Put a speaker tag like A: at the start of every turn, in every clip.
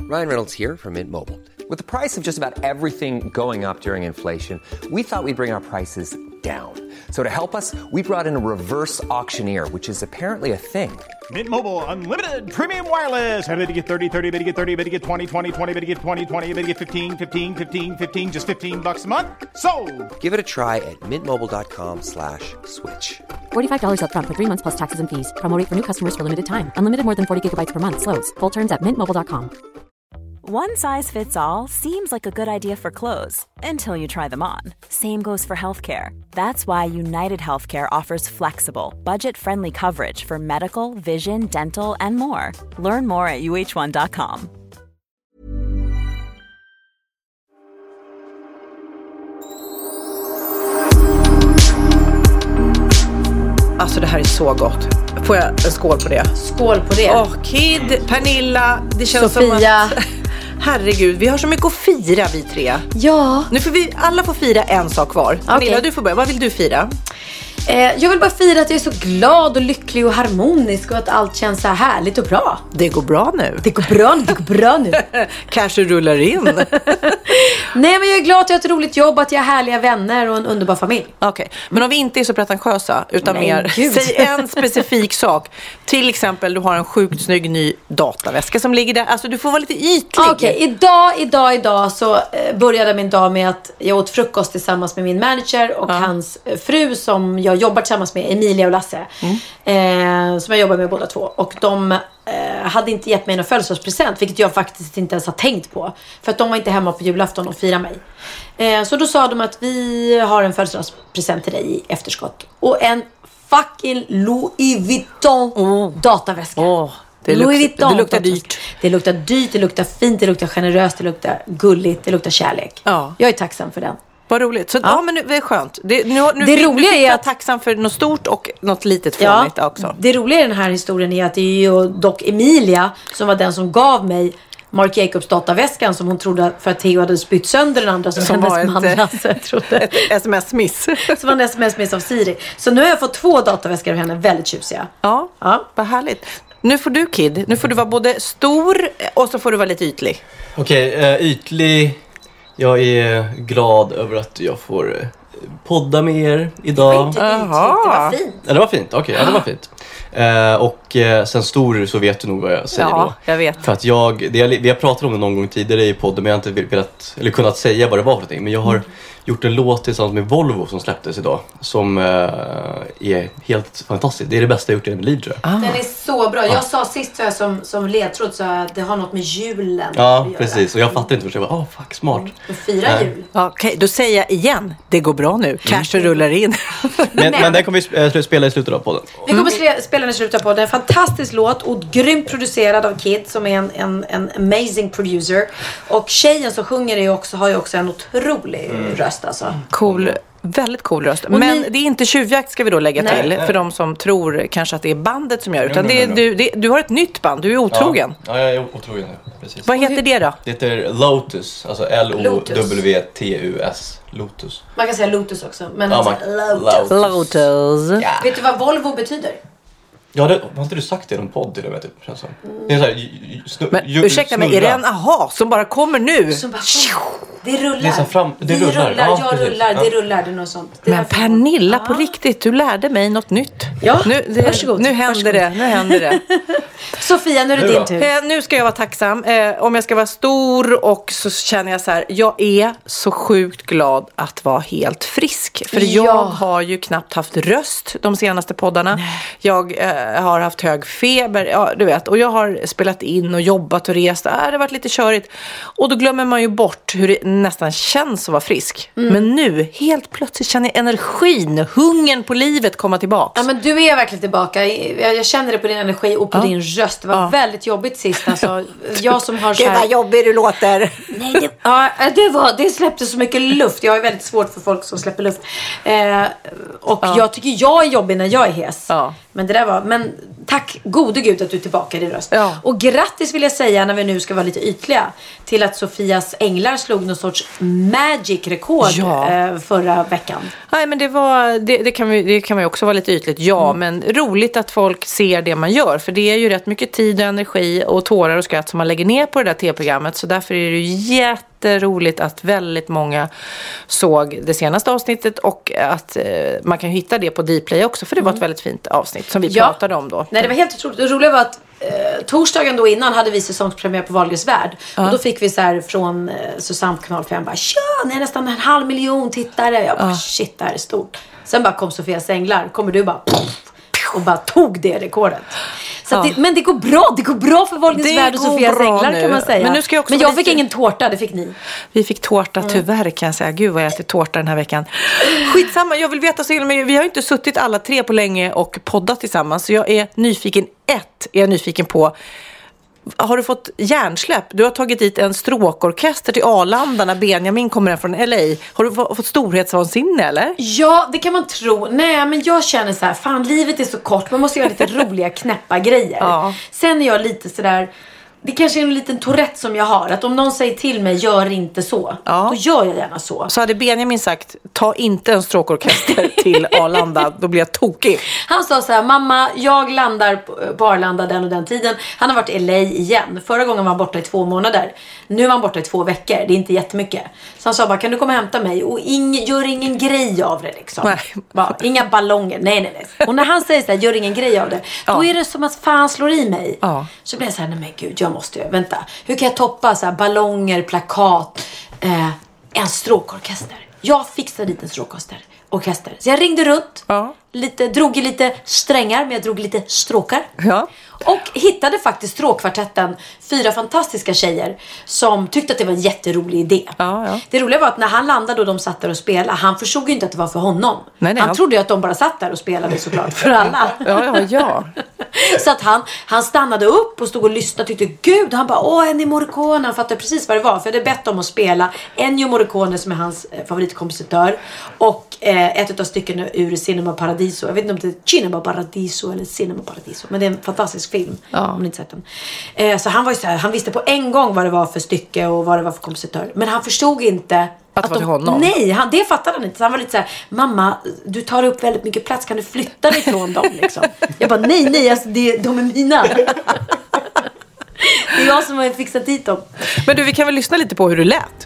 A: Ryan Reynolds here from Mint Mobile. With the price of just about everything going up during inflation, we thought we'd bring our prices down. So to help us, we brought in a reverse auctioneer, which is apparently a thing.
B: Mint Mobile Unlimited Premium Wireless. How to get 30, 30, bit to get 30, bit to get 20, 20, 20, bit to get 20, 20, bit to get 15, 15, 15, 15, just $15 a month? Sold!
A: Give it a try at mintmobile.com/switch.
C: $45 up front for 3 months plus taxes and fees. Promo rate for new customers for limited time. Unlimited more than 40 gigabytes per month. Slows full terms at mintmobile.com.
D: One size fits all seems like a good idea for clothes until you try them on. Same goes for healthcare. That's why United Healthcare offers flexible, budget-friendly coverage for medical, vision, dental, and more. Learn more at uh1.com.
E: Alltså det här är så gott. Får jag en skål på det?
F: Skål på det.
E: Kid, Pernilla, det känns
F: Sofia.
E: som att... Herregud, vi har så mycket att fira vi tre.
F: Ja.
E: Nu får vi alla få fira en sak var. Pernilla, du får börja. Vad vill du fira?
F: Jag vill bara fira att jag är så glad och lycklig och harmonisk och att allt känns så här härligt och bra.
E: Det går bra nu.
F: Det går bra nu.
E: Kanske rullar in.
F: Nej, men jag är glad att jag har ett roligt jobb, att jag har härliga vänner och en underbar familj.
E: Okej, men om vi inte är så pretentiösa utan säg en specifik sak. Till exempel, du har en sjukt snygg ny dataväska som ligger där. Alltså du får vara lite ytlig.
F: Okej, idag så började min dag med att jag åt frukost tillsammans med min manager och hans fru som jag jobbar tillsammans med, Emilia och Lasse. Som jag jobbar med båda två. Och de hade inte gett mig någon födelsedagspresent, vilket jag faktiskt inte ens har tänkt på. För att de var inte hemma på julafton och firade mig. Så då sa de att vi har en födelsedagspresent till dig i efterskott. Och en fucking Louis Vuitton dataväska.
E: Det luktar dyrt.
F: Det luktar dyrt, det luktar fint, det luktar generöst, det luktar gulligt, det luktar kärlek.
E: Ja.
F: Jag är tacksam för den.
E: Vad roligt. Så men nu, det är skönt. Nu
F: det roliga är att
E: tacksam för något stort och något litet fånigt också.
F: Det roliga i den här historien är att det är ju dock Emilia som var den som gav mig Marc Jacobs dataväskan som hon trodde för att Theo hade spytt sönder den andra som hennes man Lasse trodde.
E: Ett sms-miss.
F: Som var en sms-miss av Siri. Så nu har jag fått 2 dataväskor av henne, väldigt tjusiga.
E: Ja, vad härligt. Nu får du, Kid. Nu får du vara både stor och så får du vara lite ytlig.
G: Okej, ytlig. Jag är glad över att jag får podda med er idag.
F: Det var fint.
G: Ja, det var fint. Okej, ja, det var fint. Och sen stor så vet du nog vad jag säger då.
E: Ja, jag vet.
G: För att vi har pratat om det någon gång tidigare i podden, men jag har inte velat, eller kunnat säga vad det var för någonting. Men jag har gjort en låt tillsammans med Volvo som släpptes idag. Som är helt fantastisk. Det är det bästa jag gjort i mitt liv, tror jag.
F: Den är så bra. Jag sa sist för jag som ledtråd så att det har något med julen
G: Ja, precis. Och jag fattar inte för jag bara, fuck, smart.
F: Och 4 jul.
E: Okej, då säger jag igen. Det går bra nu. Kanske rullar in.
G: Men den kommer vi spela i slutet av podden.
F: Vi kommer spela den i slutet av podden. En fantastisk låt och grymt producerad av Kid som är en amazing producer. Och tjejen som sjunger har ju också en otrolig röst alltså.
E: Cool. Väldigt cool röst. Och men det är inte tjuvjakt ska vi då lägga till. För de som tror kanske att det är bandet som gör. Utan du har ett nytt band. Du är otrogen.
G: Ja, jag är otrogen. Precis.
E: Vad heter det då?
G: Det heter Lotus. Alltså L-O-W-T-U-S. Lotus.
F: Man kan säga Lotus också. Men
E: Lotus.
G: Ja.
F: Vet du vad Volvo betyder?
G: Ja, har inte du sagt det i någon podd till det, typ, känns som. Det är så här,
E: men ursäkta mig, är det en aha som bara kommer nu?
F: Som bara det rullar.
G: Det är så fram, det rullar.
F: Ja,
G: jag
F: rullar, det rullar, det är något sånt.
E: Men Pernilla, på riktigt, du lärde mig något nytt.
F: Ja,
E: varsågod. Nu händer det.
F: Sofia, nu är det din tur.
E: Nu ska jag vara tacksam. Om jag ska vara stor och så känner jag så här, jag är så sjukt glad att vara helt frisk. För jag har ju knappt haft röst de senaste poddarna. Nej. Jag har haft hög feber, ja, du vet. Och jag har spelat in och jobbat och rest. Det har varit lite körigt. Och då glömmer man ju bort hur det nästan känns att vara frisk. Men nu, helt plötsligt känner jag energin, hungern på livet komma tillbaka.
F: Ja, men du är verkligen tillbaka. Jag känner det på din energi och på din röst. Det var väldigt jobbigt sist. Alltså, jag som har så här...
E: Gud vad jobbig du låter.
F: Nej, det släppte så mycket luft. Jag är väldigt svårt för folk som släpper luft. Jag tycker jag är jobbig när jag är hes. Ja. Men det där var... Men tack gode gud att du är tillbaka i din röst. Ja. Och grattis vill jag säga, när vi nu ska vara lite ytliga, till att Sofias Änglar slog någon sorts magic-rekord förra veckan.
E: Nej, men det kan man ju också vara lite ytligt. Ja, men roligt att folk ser det man gör. För det är ju rätt mycket tid och energi och tårar och skratt som man lägger ner på det där tv-programmet. Så därför är det ju jätteroligt att väldigt många såg det senaste avsnittet och att man kan hitta det på Dplay också, för det var ett väldigt fint avsnitt som vi pratade om då.
F: Nej, det var helt otroligt. Det roliga var att torsdagen då innan hade vi säsongspremiär på Wahlgrens värld. Och då fick vi så här från Susanne på kanal 5 bara, ni är nästan 500 000 tittare. Jag bara, shit, det här är stort. Sen bara kom Sofias Änglar. Kommer du bara och bara tog det rekordet. Så men det går bra för Wahlgrens värld och Sofias Änglar kan man säga. Men jag fick ingen tårta, det fick ni.
E: Vi fick tårta tyvärr kan jag säga. Gud vad jag ätit tårta den här veckan. Skitsamma, jag vill veta så men vi har ju inte suttit alla tre på länge och poddat tillsammans. Så jag är nyfiken på. Har du fått hjärnsläpp? Du har tagit dit en stråkorkester till Arlanda när Benjamin kommer från LA. Har du fått storhetsvansinne eller?
F: Ja, det kan man tro. Nej, men jag känner så här, fan, livet är så kort. Man måste göra lite roliga, knäppa grejer. Ja. Sen är jag lite sådär, det kanske är en liten Tourette som jag har. Att om någon säger till mig, gör inte så. Ja. Då gör jag gärna så.
E: Så hade Benjamin sagt, ta inte en stråkorkester till Arlanda. Då blir jag tokig.
F: Han sa så här, mamma, jag landar på Arlanda den och den tiden. Han har varit i LA igen. Förra gången var han borta i 2 månader. Nu är han borta i 2 veckor. Det är inte jättemycket. Så han sa bara, kan du komma och hämta mig? Och gör ingen grej av det liksom. Nej. Bara, inga ballonger. Nej. Och när han säger så här, gör ingen grej av det. Då är det som att fan slår i mig. Ja. Så blir jag så här, nej men gud, vänta. Hur kan jag toppa så här ballonger, plakat, en stråkorkester? Jag fixade dit en stråkorkester. Så jag ringde runt, drog i lite strängar, men jag drog lite stråkar. Ja. Och hittade faktiskt stråkkvartetten, 4 fantastiska tjejer som tyckte att det var en jätterolig idé. Ja. Det roliga var att när han landade och de satt där och spelade, han förstod ju inte att det var för honom. Nej, han trodde ju att de bara satt där och spelade såklart för alla.
E: Ja.
F: Så att han stannade upp och stod och lyssnade och tyckte, gud, han bara, Ennio Morricone. Han fattade precis vad det var, för jag hade bett om att spela Ennio Morricone som är hans favoritkompositör och ett av stycken ur Cinema Paradiso. Jag vet inte om det är Cinema Paradiso eller Cinema Paradiso, men det är en fantastisk film om ni inte sett den. Så han var ju så här, han visste på en gång vad det var för stycke och vad det var för kompositör, men han förstod inte
E: att det var till honom.
F: Nej, det fattade han inte. Så han var lite så här, mamma, du tar upp väldigt mycket plats, kan du flytta dig från dem liksom? Jag bara, nej, alltså, de är mina. Det är jag som har fixat dit dem.
E: Men du, vi kan väl lyssna lite på hur du lät.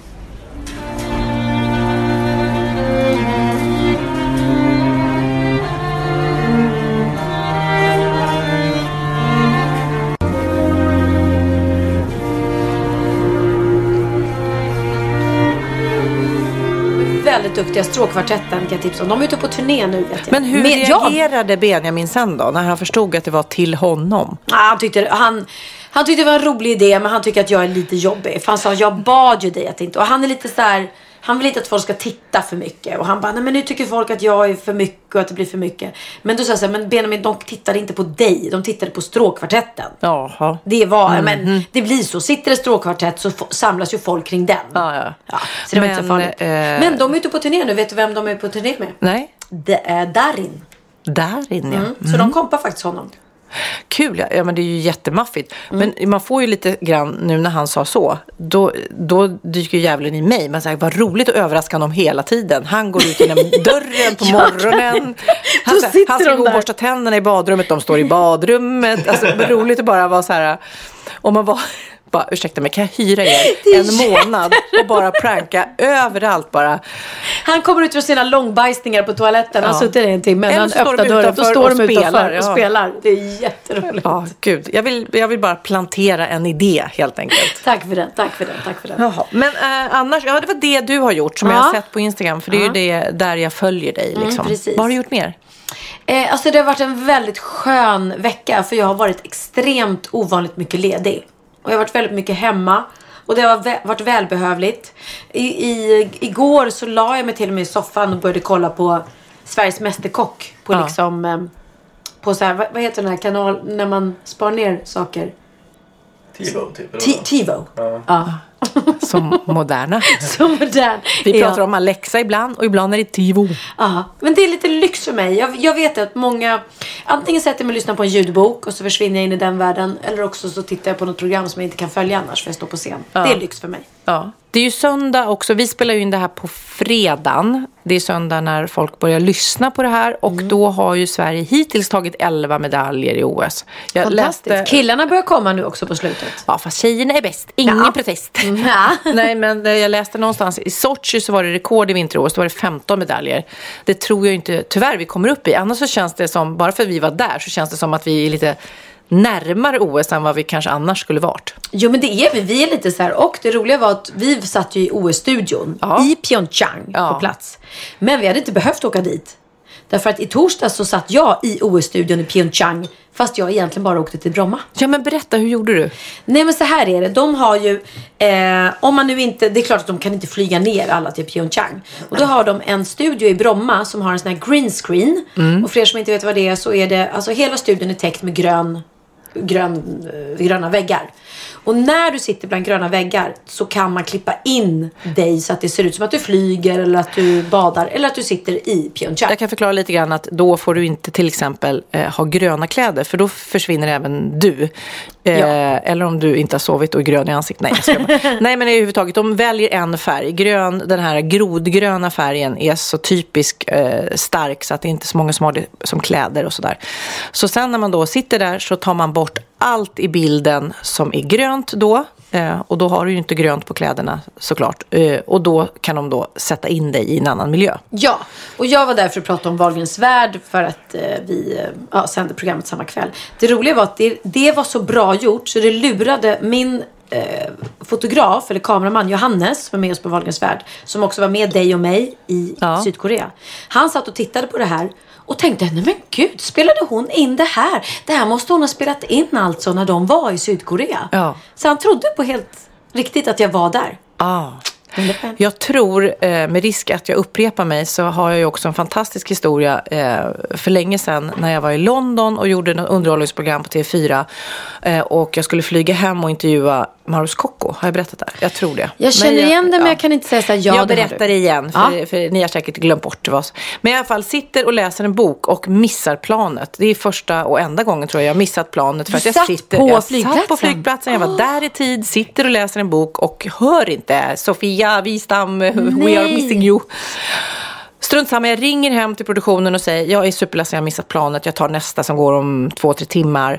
F: Väldigt duktiga stråkkvartetten kan jag tipsa om. De är ute på turné nu, vet jag.
E: Men hur reagerade Benjamin sen då, när han förstod att det var till honom?
F: Han tyckte det var en rolig idé, men han tycker att jag är lite jobbig. För han sa, jag bad ju dig att inte. Och han är lite så här, han vill inte att folk ska titta för mycket. Och han bara, nej men nu tycker folk att jag är för mycket och att det blir för mycket. Men då sa jag så här, men Benjamin, de tittade inte på dig. De tittade på stråkkvartetten. Jaha. Det var, men det blir så. Sitter det stråkkvartett så samlas ju folk kring den. Ja. Så det var inte så farligt. Men de är ute på turné nu. Vet du vem de är på turné med?
E: Nej.
F: Darin.
E: Darin, ja.
F: Så de kompar faktiskt honom.
E: Kul, ja men det är ju jättemaffigt. Men man får ju lite grann nu när han sa så. Då dyker ju djävulen i mig. Man säger, vad roligt att överraska honom hela tiden. Han går ut genom dörren på morgonen. Han ska gå och borsta tänderna i badrummet. De står i badrummet. Alltså roligt att bara vara så här. Om man var... Bara, ursäkta mig, kan jag hyra er en månad och bara pranka överallt bara?
F: Han kommer ut med sina långbajsningar på toaletten. Han sitter i en timme. När han öppnar dörren, då står de utanför och spelar. Det är jätteroligt.
E: Ja, gud. Jag vill bara plantera en idé helt enkelt.
F: Tack för den.
E: Jaha. Men annars, det var det du har gjort som jag har sett på Instagram. För det är ju det där jag följer dig liksom. Vad har du gjort mer?
F: Alltså det har varit en väldigt skön vecka. För jag har varit extremt ovanligt mycket ledig. Och jag har varit väldigt mycket hemma. Och det har varit välbehövligt. Igår så la jag mig till och med i soffan och började kolla på Sveriges Mästerkock. På liksom... På så här, vad heter den här kanal när man spar ner saker?
G: TiVo typ.
F: TiVo. Ja.
E: Som moderna.
F: Så modern.
E: Vi pratar om Alexa ibland och ibland är det Tivo.
F: Ja, men det är lite lyx för mig. Jag vet att många antingen sätter mig och lyssnar på en ljudbok och så försvinner jag in i den världen, eller också så tittar jag på något program som jag inte kan följa annars för jag står på scen. Ja. Det är lyx för mig.
E: Ja. Det är ju söndag också. Vi spelar ju in det här på fredagen. Det är söndag när folk börjar lyssna på det här. Och då har ju Sverige hittills tagit 11 medaljer i OS.
F: Killarna börjar komma nu också på slutet.
E: Ja, fast tjejerna är bäst. Ingen protest. Ja. Nej, men jag läste någonstans. I Sochi så var det rekord i vinter-OS. Då var det 15 medaljer. Det tror jag inte tyvärr vi kommer upp i. Annars så känns det som, bara för att vi var där, så känns det som att vi är lite närmare OS än vad vi kanske annars skulle varit.
F: Jo, men det är vi är lite så här. Och det roliga var att vi satt ju i OS-studion i Pyeongchang på plats. Men vi hade inte behövt åka dit. Därför att i torsdag så satt jag i OS-studion i Pyeongchang, fast jag egentligen bara åkte till Bromma.
E: Ja, men berätta, hur gjorde du?
F: Nej, men så här är det. De har ju, om man nu inte, det är klart att de kan inte flyga ner alla till Pyeongchang. Och då har de en studio i Bromma som har en sån här green screen. Och för er som inte vet vad det är, så är det, alltså hela studion är täckt med gröna väggar. Och när du sitter bland gröna väggar så kan man klippa in dig så att det ser ut som att du flyger eller att du badar eller att du sitter i Pyeongchang.
E: Jag kan förklara lite grann att då får du inte till exempel ha gröna kläder, för då försvinner även du. Eller om du inte har sovit och är grön i ansiktet. Nej, jag ska bara. Nej, men överhuvudtaget, de väljer en färg. Grön, den här grodgröna färgen är så typisk stark så att det är inte så många som har det som kläder och sådär. Så sen när man då sitter där så tar man bort allt i bilden som är grönt då. Och då har du ju inte grönt på kläderna såklart. Och då kan de då sätta in dig i en annan miljö.
F: Ja, och jag var där för att prata om Wahlgrens värld för att vi sände programmet samma kväll. Det roliga var att det var så bra gjort så det lurade min fotograf eller kameraman Johannes som var med oss på Wahlgrens värld, som också var med dig och mig i Sydkorea. Han satt och tittade på det här och tänkte, nej men gud, spelade hon in det här? Det här måste hon ha spelat in alltså när de var i Sydkorea. Ja. Så han trodde på helt riktigt att jag var där.
E: Jag tror, med risk att jag upprepar mig, så har jag ju också en fantastisk historia för länge sedan när jag var i London och gjorde en underhållningsprogram på TV4 och jag skulle flyga hem och intervjua Maros Kokko. Har jag berättat det? Jag tror det.
F: Jag känner igen det, men jag kan inte säga så här,
E: jag berättar det igen, för ni har säkert glömt bort det var. Men i alla fall sitter och läser en bok och missar planet. Det är första och enda gången tror jag missat planet. För att jag satt på flygplatsen. Jag var där i tid, sitter och läser en bok och hör inte Sofia Wistam, we are missing you. Strunt samma, jag ringer hem till produktionen och säger, jag är superledsen, jag har missat planet, jag tar nästa som går om 2-3 timmar.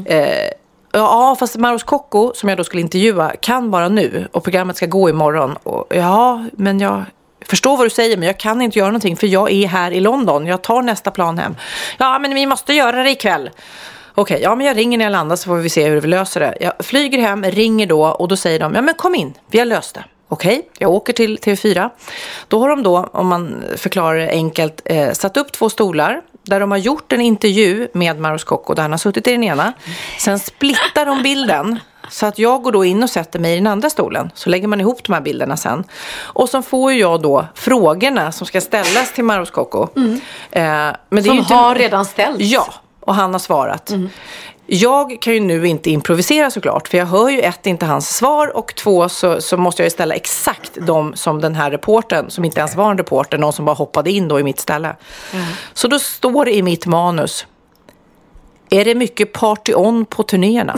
E: Ja, fast Maros Kokko som jag då skulle intervjua kan bara nu och programmet ska gå imorgon. Och, men jag förstår vad du säger, men jag kan inte göra någonting för jag är här i London. Jag tar nästa plan hem. Ja, men vi måste göra det ikväll. Okej, ja, men jag ringer när jag landar så får vi se hur vi löser det. Jag flyger hem, ringer då och då säger de, ja men kom in, vi har löst det. Okej, jag åker till TV4. Då har de då, om man förklarar det enkelt, satt upp 2 stolar där de har gjort en intervju med Maros Kokko där han har suttit i den ena. Sen splittar de bilden så att jag går då in och sätter mig i den andra stolen. Så lägger man ihop de här bilderna sen. Och så får jag då frågorna som ska ställas till Maros Kokko. Men det
F: som är ju inte... har redan ställts.
E: Ja, och han har svarat. Jag kan ju nu inte improvisera såklart, för jag hör ju inte hans svar, och 2 så måste jag ställa exakt de som den här reportern, som inte ens var en reporter, någon som bara hoppade in då i mitt ställe. Så då står det i mitt manus, är det mycket party on på turnéerna?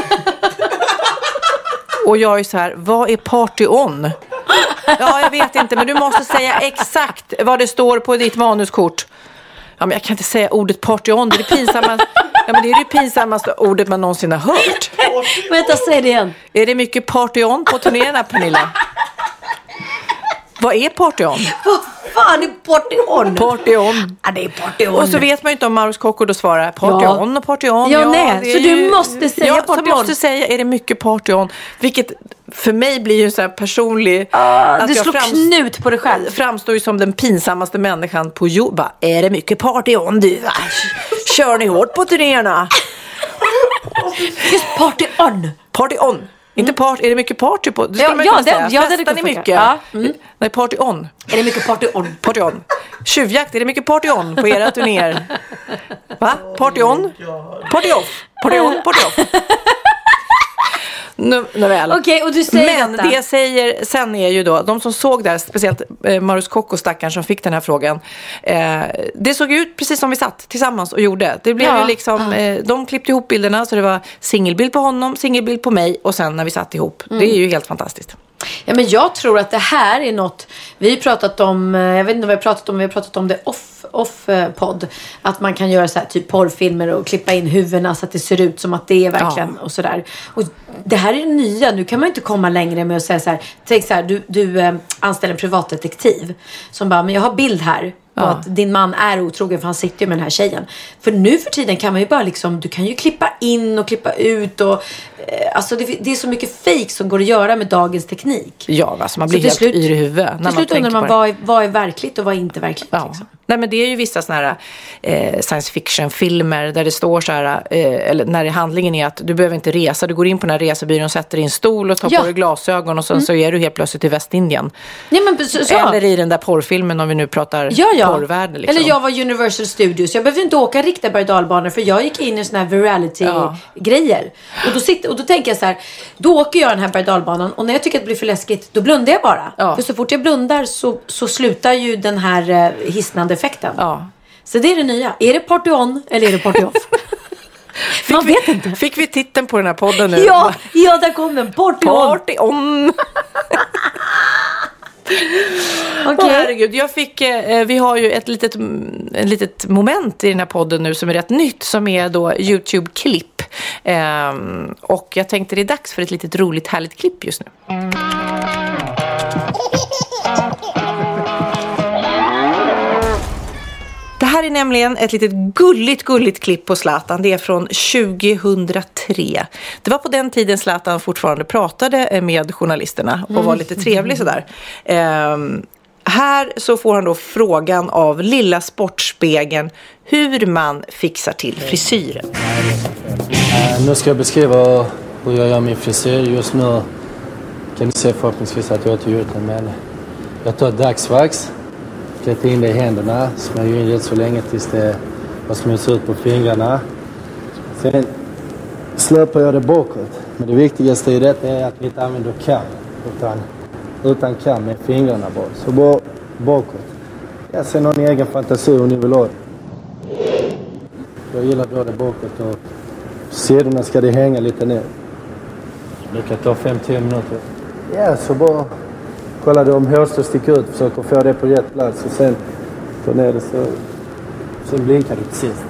E: Och jag är så här, vad är party on? Ja, jag vet inte, men du måste säga exakt vad det står på ditt manuskort. Ja, men jag kan inte säga ordet party on, det är det pinsamma. Ja, men det är det pinsammaste ordet man någonsin har hört.
F: Vänta, säg det igen.
E: Är det mycket party on på turnéerna, Pernilla? Vad är party on?
F: Vad fan är party on?
E: Party on.
F: Ja, det är party on.
E: Och så vet man ju inte om Maros Kokko då svarar party on och party on.
F: Ja, nej. Så du måste säga party on.
E: Jag måste säga, är det mycket party on? Vilket för mig blir ju så här personlig.
F: Du slår knut på dig själv.
E: Framstår ju som den pinsammaste människan på jorden. Är det mycket party on? Du, kör ni hårt på turnéerna?
F: Just party on.
E: Party on. Inte party, är det mycket party på? Det festar ni mycket?
F: Ja.
E: Nej, party on.
F: Är det mycket party on?
E: Party on. Tjuvjakt, är det mycket party on på era turnéer? Va? Party on? Party off. Party on, party off. Novell.
F: Okej, och du säger
E: Men det jag säger sen är ju då, de som såg där, speciellt Marius Kokko stackaren som fick den här frågan. Det såg ut precis som vi satt tillsammans och gjorde. Det blev ju liksom, de klippte ihop bilderna så det var singelbild på honom, singelbild på mig och sen när vi satt ihop. Det är ju helt fantastiskt.
F: Ja, men jag tror att det här är något vi har pratat om, jag vet inte vad vi har pratat om det off-podd, att man kan göra så här typ porrfilmer och klippa in huvudena så att det ser ut som att det är verkligen och sådär. Och det här är det nya, nu kan man inte komma längre med att säga så här, tänk så här, du anställer en privatdetektiv som bara, men jag har bild här och att din man är otrogen för han sitter ju med den här tjejen. För nu för tiden kan man ju bara liksom, du kan ju klippa in och klippa ut och alltså det är så mycket fake som går att göra med dagens teknik.
E: Ja, alltså man blir helt yr i huvudet.
F: Till slut undrar man vad är verkligt och vad är inte verkligt.
E: Ja.
F: Liksom.
E: Nej, men det är ju vissa såna här science fiction-filmer där det står så här, eller när handlingen är att du behöver inte resa, du går in på den här resebyrån, sätter i en stol och tar på dig glasögon och sen så är du helt plötsligt i Västindien.
F: Ja, men så.
E: Eller i den där porrfilmen om vi nu pratar porrvärlden. Liksom.
F: Eller jag var Universal Studios, jag behövde inte åka riktiga berg- och dalbanor för jag gick in i såna här virality-grejer. Och då tänker jag så här, då åker jag den här berg- och dalbanan och när jag tycker att det blir för läskigt, då blundar jag bara. Ja. För så fort jag blundar så slutar ju den här hisnande effekten. Ja. Så det är det nya. Är det party on eller är det party off? Man vet inte.
E: Fick vi titeln på den här podden nu?
F: Ja, där kom den. Party on.
E: Party on.
F: Okay.
E: Herregud, vi har ju ett litet moment i den här podden nu som är rätt nytt, som är då YouTube-klipp. Och jag tänkte det är dags för ett litet roligt härligt klipp just nu. Det här är nämligen ett litet gulligt klipp på Zlatan. Det är från 2003. Det var på den tiden Zlatan fortfarande pratade med journalisterna och var lite trevlig sådär. Här så får han då frågan av Lilla Sportspegeln hur man fixar till frisyren.
H: Nu ska jag beskriva hur jag gör min frisyr. Just nu kan ni se förhoppningsvis att jag inte gjort det, men jag tar dagsvax. Sätter in det i händerna, smörjer in det så länge tills det har smuts ut på fingrarna. Sen släpper jag det bakåt. Men det viktigaste i detta är att vi inte använder kam, utan kam med fingrarna bara. Så bara bakåt. Jag ser någon egen fantasi hur ni vill ha. Jag gillar att dra det bakåt och sidorna ska det hänga lite ner. Det kan ta 5-10 minuter. Ja, så bara... Kolla då om hårstrå sticker ut, försöker få det på rätt plats och sen ta ner det så sen blinkar det till sist.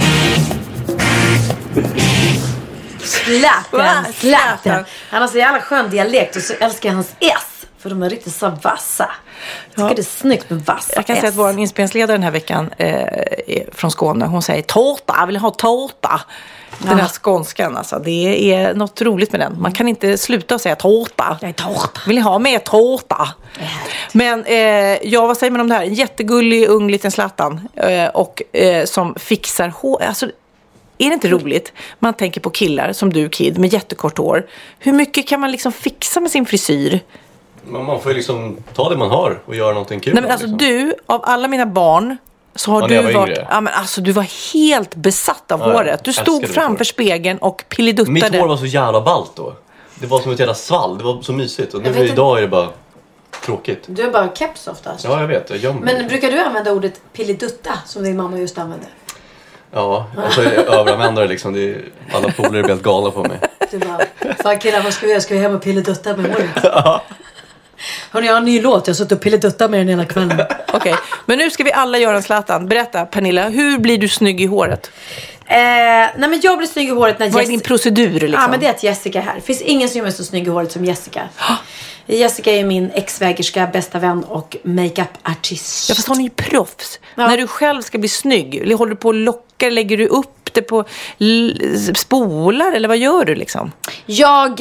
F: Zlatan. Han har så jävla skön dialekt och så älskar jag hans S. För de är riktigt så vassa. Jag tycker det är snyggt med vassa.
E: Jag kan säga att vår inspelningsledare den här veckan från Skåne, hon säger tårta, jag vill ha tårta. Den här skånskan alltså, det är något roligt med den. Man kan inte sluta att säga tårta.
F: Nej, tårta.
E: Vill ni ha mer tårta? Men vad säger man om det här? En jättegullig ung liten Zlatan och som fixar hår. Alltså, är det inte roligt? Man tänker på killar som du, Kid, med jättekort hår. Hur mycket kan man liksom fixa med sin frisyr?
G: Man får ju liksom ta det man har och göra någonting kul.
E: Nej, men alltså
G: liksom.
E: Du, av alla mina barn så har du varit... Ja, men alltså du var helt besatt av håret. Du stod framför spegeln och pilleduttade.
G: Mitt hår var så jävla ballt då. Det var som ett jävla svall. Det var så mysigt. Och nu idag är det bara tråkigt.
F: Du är bara keps oftast.
G: Ja, jag vet. Jag gömmer.
F: Men brukar du använda ordet pilledutta som din mamma just använde?
G: Ja, alltså jag överanvänder liksom. Alla polare är helt galna på mig.
F: Du bara, fan killar, vad ska vi göra? Ska vi hem och pilledutta med håret? Ja. Hörrni, jag har en ny låt. Jag har suttit och pilledutta med den hela kvällen.
E: Okej, men nu ska vi alla göra en Zlatan. Berätta, Pernilla, hur blir du snygg i håret?
F: Nej, men jag blir snygg i håret när
E: Vad är din procedur liksom?
F: Ja, men det är att Jessica är här. Det finns ingen som är så snygg i håret som Jessica. Jessica är min ex-vägerska, bästa vän och makeup-artist.
E: Ja, fast hon är ju proffs. Ja. När du själv ska bli snygg, håller du på och lockar, lägger du upp det på spolar eller vad gör du liksom? Jag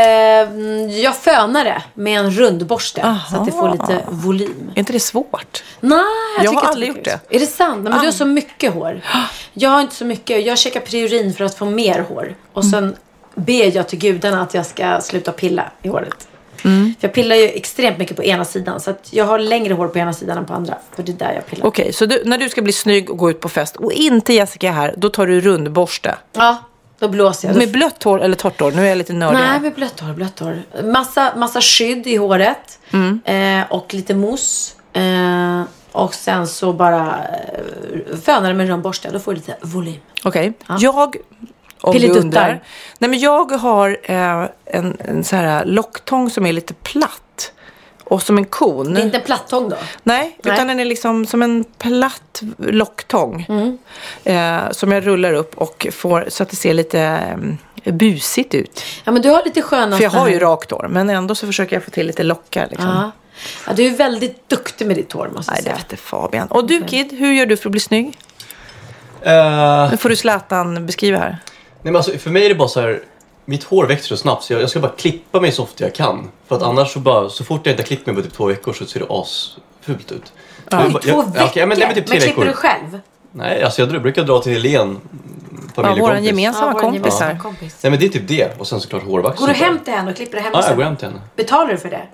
F: fönar det med en rundborste så att det får lite volym.
E: Är inte det svårt?
F: Nej,
E: jag har aldrig gjort det.
F: Är det sant? Men du har så mycket hår. Jag har inte så mycket. Jag checkar priorin för att få mer hår. Och sen ber jag till gudarna att jag ska sluta pilla i håret. För jag pillar ju extremt mycket på ena sidan. Så att jag har längre hår på ena sidan än på andra. För det är där jag pillar.
E: Okej, så när du ska bli snygg och gå ut på fest och inte Jessica här, då tar du rundborste.
F: Ja, Då blåser jag.
E: Med blött hår eller torrt hår? Nu är jag lite nördig.
F: Nej, med blött hår. Massa skydd i håret. Och lite mousse. Och sen så bara fönar det med en römborste. Då får du lite volym.
E: Okej.
F: Ja.
E: Jag, om du undrar. Nej, men jag har en så här locktång som är lite platt. Och som en kon.
F: Det är inte en plattång då?
E: Nej, utan den är liksom som en platt locktång. Som jag rullar upp och får så att det ser lite busigt ut.
F: Ja, men du har lite sköna...
E: För jag har ju rakt hår, men ändå så försöker jag få till lite lockar liksom.
F: Ja, du är väldigt duktig med ditt hår, måste jag säga.
E: Nej, det vet Fabian. Och du, Kid, hur gör du för att bli snygg? Nu får du Zlatan beskriva här.
G: Nej, men alltså, för mig är det bara så här... Mitt hår växer så snabbt så jag ska bara klippa mig så ofta jag kan. För att annars så fort jag inte har klippt mig på typ 2 veckor så ser det asfult ut.
F: I 2 veckor?
G: Men typ 3
F: men klipper
G: veckor.
F: Du själv?
G: Nej, alltså jag brukar dra till Helen,
E: familjekompis. Våran gemensamma kompisar.
G: Nej, men det är typ det. Och sen såklart hårvax.
F: Går du hem till henne och klipper det hemma?
G: Ja, jag går hem till henne.
F: Betalar du för det?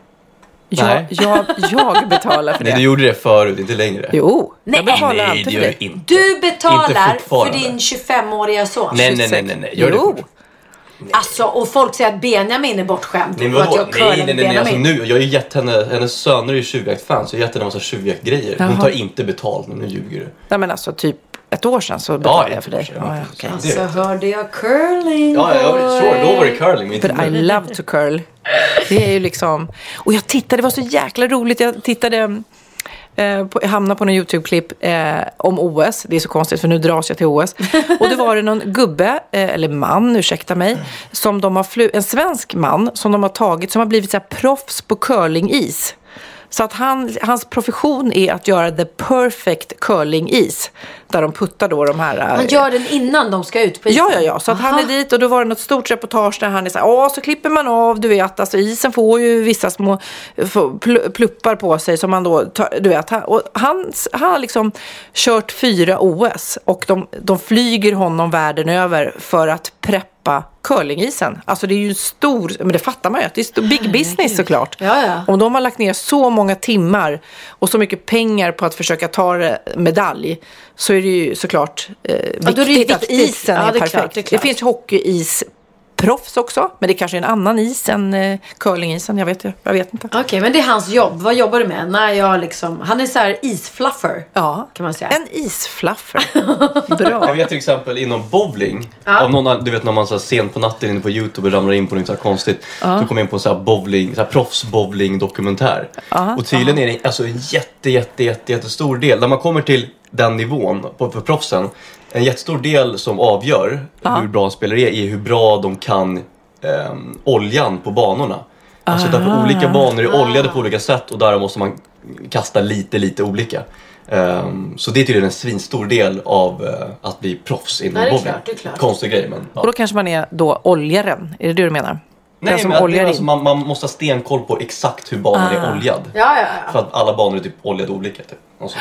E: Jag betalar för det.
G: Nej, du gjorde det förut, inte längre.
E: Jo,
F: jag
E: betalar alltid för det.
G: Inte.
F: Du betalar
G: inte
F: för din 25-åriga son?
G: Nej. Gör
E: jo.
G: det.
F: Alltså, och folk säger att Benjamin är bortskämd.
G: Nej,
F: för att jag
G: nej. Alltså, nu, jag har ju gett henne, hennes söner är ju tjuvjakt-fan, så jag har gett henne en massa tjuvjakt-grejer. Hon tar inte betalt, men nu ljuger du.
E: Nej, men alltså typ ett år sedan så betalade jag för dig.
G: Okay.
F: Så hörde jag curling.
G: Ja, sure, då var det curling.
E: But I love to curl. Det är ju liksom... Och jag tittade, det var så jäkla roligt. Jag tittade... Jag hamnade på en YouTube-klipp om OS. Det är så konstigt för nu dras jag till OS. Och det var det någon gubbe, eller man, ursäkta mig, som de har en svensk man som de har tagit, som har blivit så här proffs på curling-is. Så att hans profession är att göra the perfect curling-is. Där de puttar då de här...
F: Han gör den innan de ska ut på isen?
E: Ja. Så att han är dit och då var det något stort reportage där han är så här, så klipper man av, du vet, alltså isen får ju vissa små pluppar på sig som man då, du vet. Han har liksom kört 4 OS och de flyger honom världen över för att preppa curlingisen. Alltså det är ju stor, men det fattar man ju att det är stor, big business såklart.
F: Ja.
E: Om de har lagt ner så många timmar och så mycket pengar på att försöka ta medalj, så är det ju såklart viktigt att isen är perfekt.
F: Klart.
E: Det finns hockeyisproffs också, men det kanske är en annan is än curlingisen, jag vet inte.
F: Okej, men det är hans jobb. Vad jobbar du med? När jag liksom, han är så här isfluffer.
E: Ja,
F: kan man säga.
E: En isfluffer. Bra.
G: Jag vet till exempel inom bowling, av någon, du vet när man så här sent på natten inne på YouTube och ramlar in på något så här konstigt, så kommer jag in på en så här bowling, så här proffsbowling dokumentär. Och tydligen är det alltså en jättestor del när man kommer till den nivån för proffsen. En jättestor del som avgör hur bra en spelare är hur bra de kan oljan på banorna. Alltså därför olika banor är oljade på olika sätt och där måste man kasta lite olika. Så det är tydligen en svinstor del av att bli proffs inom bowling.
F: Det är klart.
G: Konstig grej, men... Ja.
E: Och då kanske man är då oljaren, är det du menar?
G: Nej,
E: som
G: men alltså, man måste ha stenkoll på exakt hur banan är oljad.
F: Ja.
G: För att alla banor är typ oljade olika. Typ.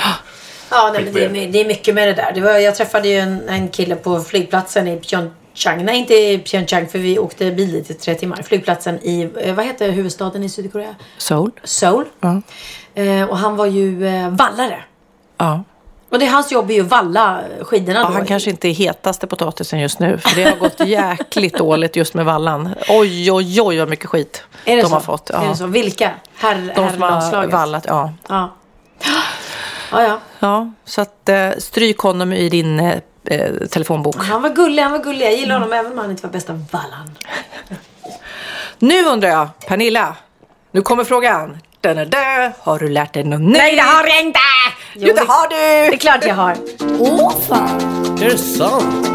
F: Ja, nej, men det är mycket med det där. Jag träffade ju en kille på flygplatsen i Pyeongchang. Nej, inte i Pyeongchang, för vi åkte bil dit i 3 timmar. Flygplatsen i, vad heter huvudstaden i Sydkorea? Seoul. Ja. Och han var ju vallare.
E: Ja.
F: Och det är hans jobb är ju att valla skidorna då.
E: Han kanske inte är hetaste potatisen just nu. För det har gått jäkligt dåligt just med vallan. Oj, vad mycket skit de har fått. Ja.
F: Är det så? Vilka?
E: De som har vallat, ja. Ja, så att stryk honom i din telefonbok.
F: Han var gullig. Jag gillar honom även om han inte var bästa vallan.
E: Nu undrar jag, Pernilla. Nu kommer frågan. Har du lärt dig något nytt?
F: Nej, det har jag inte!
E: Jo, det har du!
F: Det är klart jag har.
I: Fan!
G: Är det sant?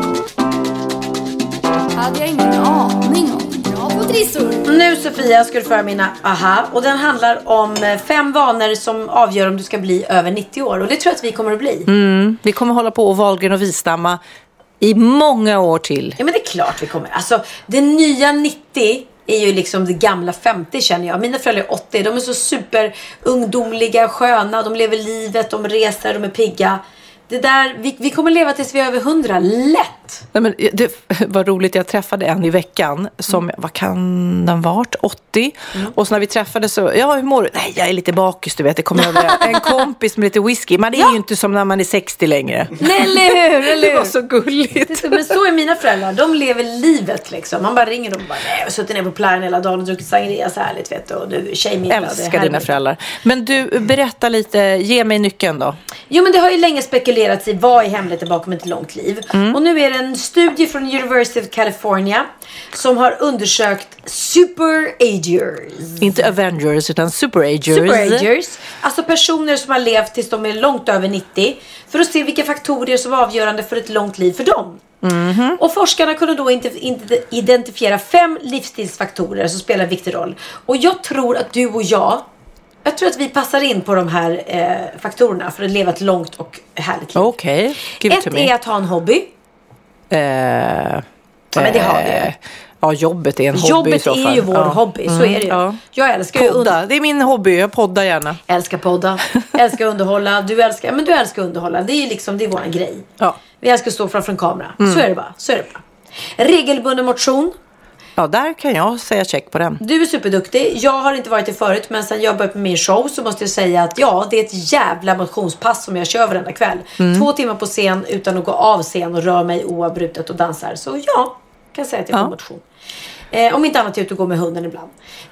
I: Hade jag ingen aning om. Bra på trissor.
F: Nu, Sofia, ska du föra mina aha. Och den handlar om 5 vanor som avgör om du ska bli över 90 år. Och det tror jag att vi kommer att bli.
E: Vi kommer hålla på och Wahlgren och Wistamma i många år till.
F: Ja, men det är klart vi kommer. Alltså, det nya 90 är ju liksom det gamla 50, känner jag. Mina föräldrar är 80. De är så super ungdomliga, sköna. De lever livet, de reser, de är pigga. Det där, vi kommer leva tills vi är över 100. Lätt. sant.
E: Nej, men det var roligt, jag träffade en i veckan som, vad kan den varit, 80. Och så när vi träffades så, hur mår du? Nej, jag är lite bakis, du vet, det kommer över en kompis med lite whisky. Men det är ju inte som när man är 60 längre.
F: Nej, eller hur?
E: Det var så gulligt.
F: Men så är mina föräldrar, de lever livet liksom. Man bara ringer dem och bara, nej, jag har suttit ner på plaren hela dagen och druckit sangria så härligt, vet du. Och nu tjejmiddag.
E: Älskar dina föräldrar. Men du, berätta lite, ge mig nyckeln då.
F: Jo, men det har ju länge spekulerats i vad är hemligheten bakom ett långt liv. Och nu är det en studie från University of California som har undersökt superagers.
E: Inte Avengers utan superagers.
F: Superagers. Alltså personer som har levt tills de är långt över 90. För att se vilka faktorer som var avgörande för ett långt liv för dem. Och forskarna kunde då inte identifiera 5 livsstilsfaktorer som spelar en viktig roll. Och jag tror att du och jag tror att vi passar in på de här faktorerna för att leva ett långt och härligt liv.
E: Okej, give it to me.
F: Ett är att ha en hobby. Men det har vi.
E: Ja, jobbet är en hobby i så fall.
F: Jobbet är ju vår hobby, så är det ju. Ja. Jag älskar
E: podda, det är min hobby, jag poddar gärna.
F: Älskar podda, älskar underhålla. Du älskar underhålla, det är ju liksom, det är vår grej.
E: Ja.
F: Vi älskar att stå framför en kamera, så är det bara. Regelbunden motion.
E: Ja, där kan jag säga check på den.
F: Du är superduktig. Jag har inte varit det förut, men sen jag började med min show så måste jag säga att det är ett jävla motionspass som jag kör varenda kväll. 2 timmar på scen utan att gå av scen och röra mig oavbrutet och dansar. Så kan säga att jag får motion. Om inte annat ut och gå med hunden ibland.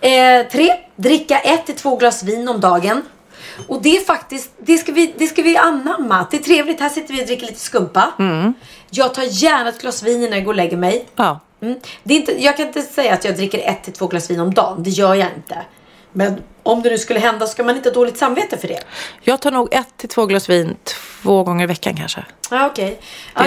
F: 3. Dricka 1-2 glas vin om dagen. Och det är faktiskt, det ska vi anamma. Det är trevligt, här sitter vi och dricker lite skumpa. Jag tar gärna ett glas vin när jag går och lägger mig.
E: Ja.
F: Det är inte, jag kan inte säga att jag dricker 1-2 glas vin om dagen. Det gör jag inte. Men om det nu skulle hända ska man inte ha dåligt samvete för det.
E: Jag tar nog 1-2 glas vin 2 gånger i veckan kanske.
F: Ja, okej.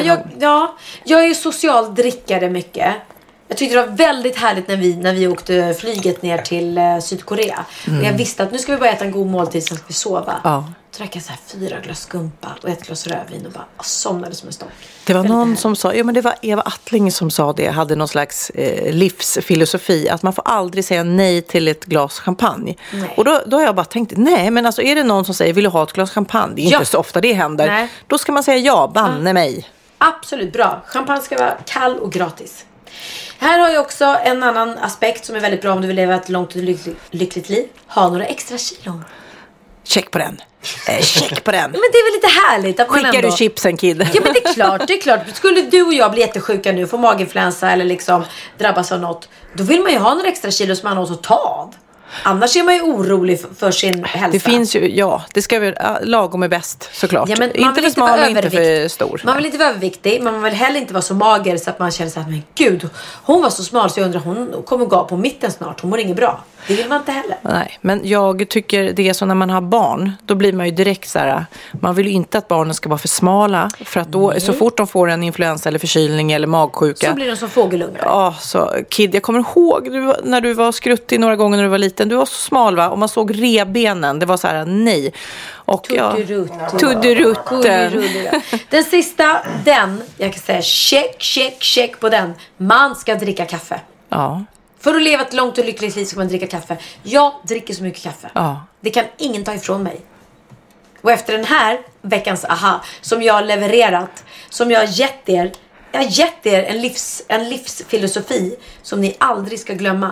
F: Jag är ju social drickare mycket. Jag tyckte det var väldigt härligt när vi åkte flyget ner till Sydkorea. Och jag visste att nu ska vi bara äta en god måltid, sen ska vi sova. Ja. Så drack jag så här 4 glas skumpa och 1 glas rödvin och bara somnade som en stock.
E: Det var någon som sa, men det var Eva Attling som sa det, hade någon slags livsfilosofi att man får aldrig säga nej till ett glas champagne. Nej. Och då har jag bara tänkt, nej, men alltså är det någon som säger vill du ha ett glas champagne? Det är inte så ofta det händer. Nej. Då ska man säga ja, banne mig.
F: Absolut, bra. Champagne ska vara kall och gratis. Här har jag också en annan aspekt som är väldigt bra om du vill leva ett långt och lyckligt liv. Ha några extra kilon.
E: Check på den. Check på den.
F: Men det är väl lite härligt att
E: skickar
F: ändå...
E: du chipsen, kid?
F: Ja, men det är klart. Skulle du och jag bli jättesjuka nu, få maginfluensa eller liksom drabbas av något, då vill man ju ha några extra kilo som man har något att ta av. Annars är man ju orolig för sin hälsa.
E: Det finns ju, det ska väl lagom är bäst såklart.
F: Ja, men
E: inte för smal och inte för stor.
F: Man vill inte vara överviktig, men man vill heller inte vara så mager så att man känner så här, men gud, hon var så smal så jag undrar hon kommer gå på mitten snart, hon mår inget bra. Det vill man inte heller.
E: Nej, men jag tycker det är så när man har barn, då blir man ju direkt så här, man vill ju inte att barnen ska vara för smala, för att då så fort de får en influensa eller förkylning eller magsjuka
F: så blir de som fågelungar.
E: Ja, så kid, jag kommer ihåg när du var skruttig några gånger när du var liten, du var så smal va, och man såg revbenen, det var så här, nej. Och Tudderutten.
F: Den sista, jag kan säga check på den. Man ska dricka kaffe.
E: Ja.
F: För att leva ett långt och lyckligt liv ska man dricka kaffe. Jag dricker så mycket kaffe.
E: Ja.
F: Det kan ingen ta ifrån mig. Och efter den här veckans som jag har levererat, som jag har gett er en livsfilosofi som ni aldrig ska glömma.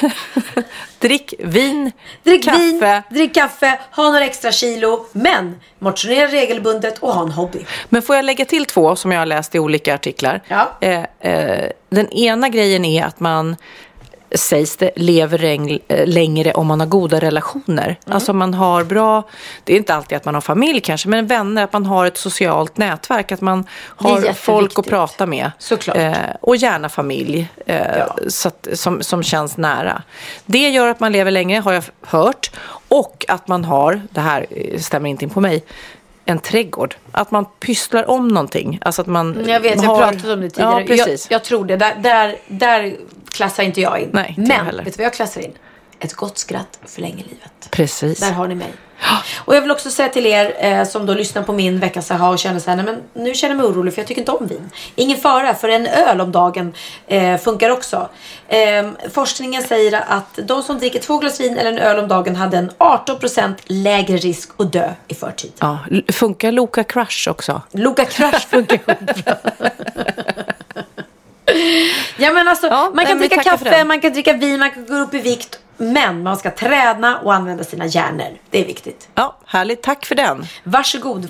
E: Drick vin,
F: drick kaffe, ha några extra kilo, men motionera regelbundet och ha en hobby.
E: Men får jag lägga till 2 som jag har läst i olika artiklar?
F: Ja.
E: Den ena grejen är att man sägs det lever längre om man har goda relationer. Alltså man har bra, det är inte alltid att man har familj kanske, men vänner, att man har ett socialt nätverk, att man har folk att prata med.
F: Såklart.
E: Och gärna familj så att, som känns nära. Det gör att man lever längre, har jag hört. Och att man har, det här stämmer inte in på mig, en trädgård. Att man pysslar om någonting. Alltså att man
F: jag vet, jag pratat om det tidigare.
E: Ja, precis.
F: Jag tror det. Där klassar inte jag in.
E: Nej,
F: men vet du vad jag klassar in? Ett gott skratt förlänger livet.
E: Precis.
F: Där har ni mig. Och jag vill också säga till er som då lyssnar på min veckans och känner så här, nej, men nu känner jag mig orolig för jag tycker inte om vin. Ingen fara, för en öl om dagen funkar också. Forskningen säger att de som dricker 2 glas vin eller en öl om dagen hade en 18% lägre risk att dö i förtid.
E: Ja, funkar Loka Crush också?
F: Loka Crush funkar skitbra. Ja, men alltså, man kan dricka kaffe,
E: man
F: man kan dricka vin, man kan gå upp i vikt. Men man ska träna och använda sina hjärnor. Det är viktigt.
E: Ja, härligt. Tack för den.
F: Varsågod.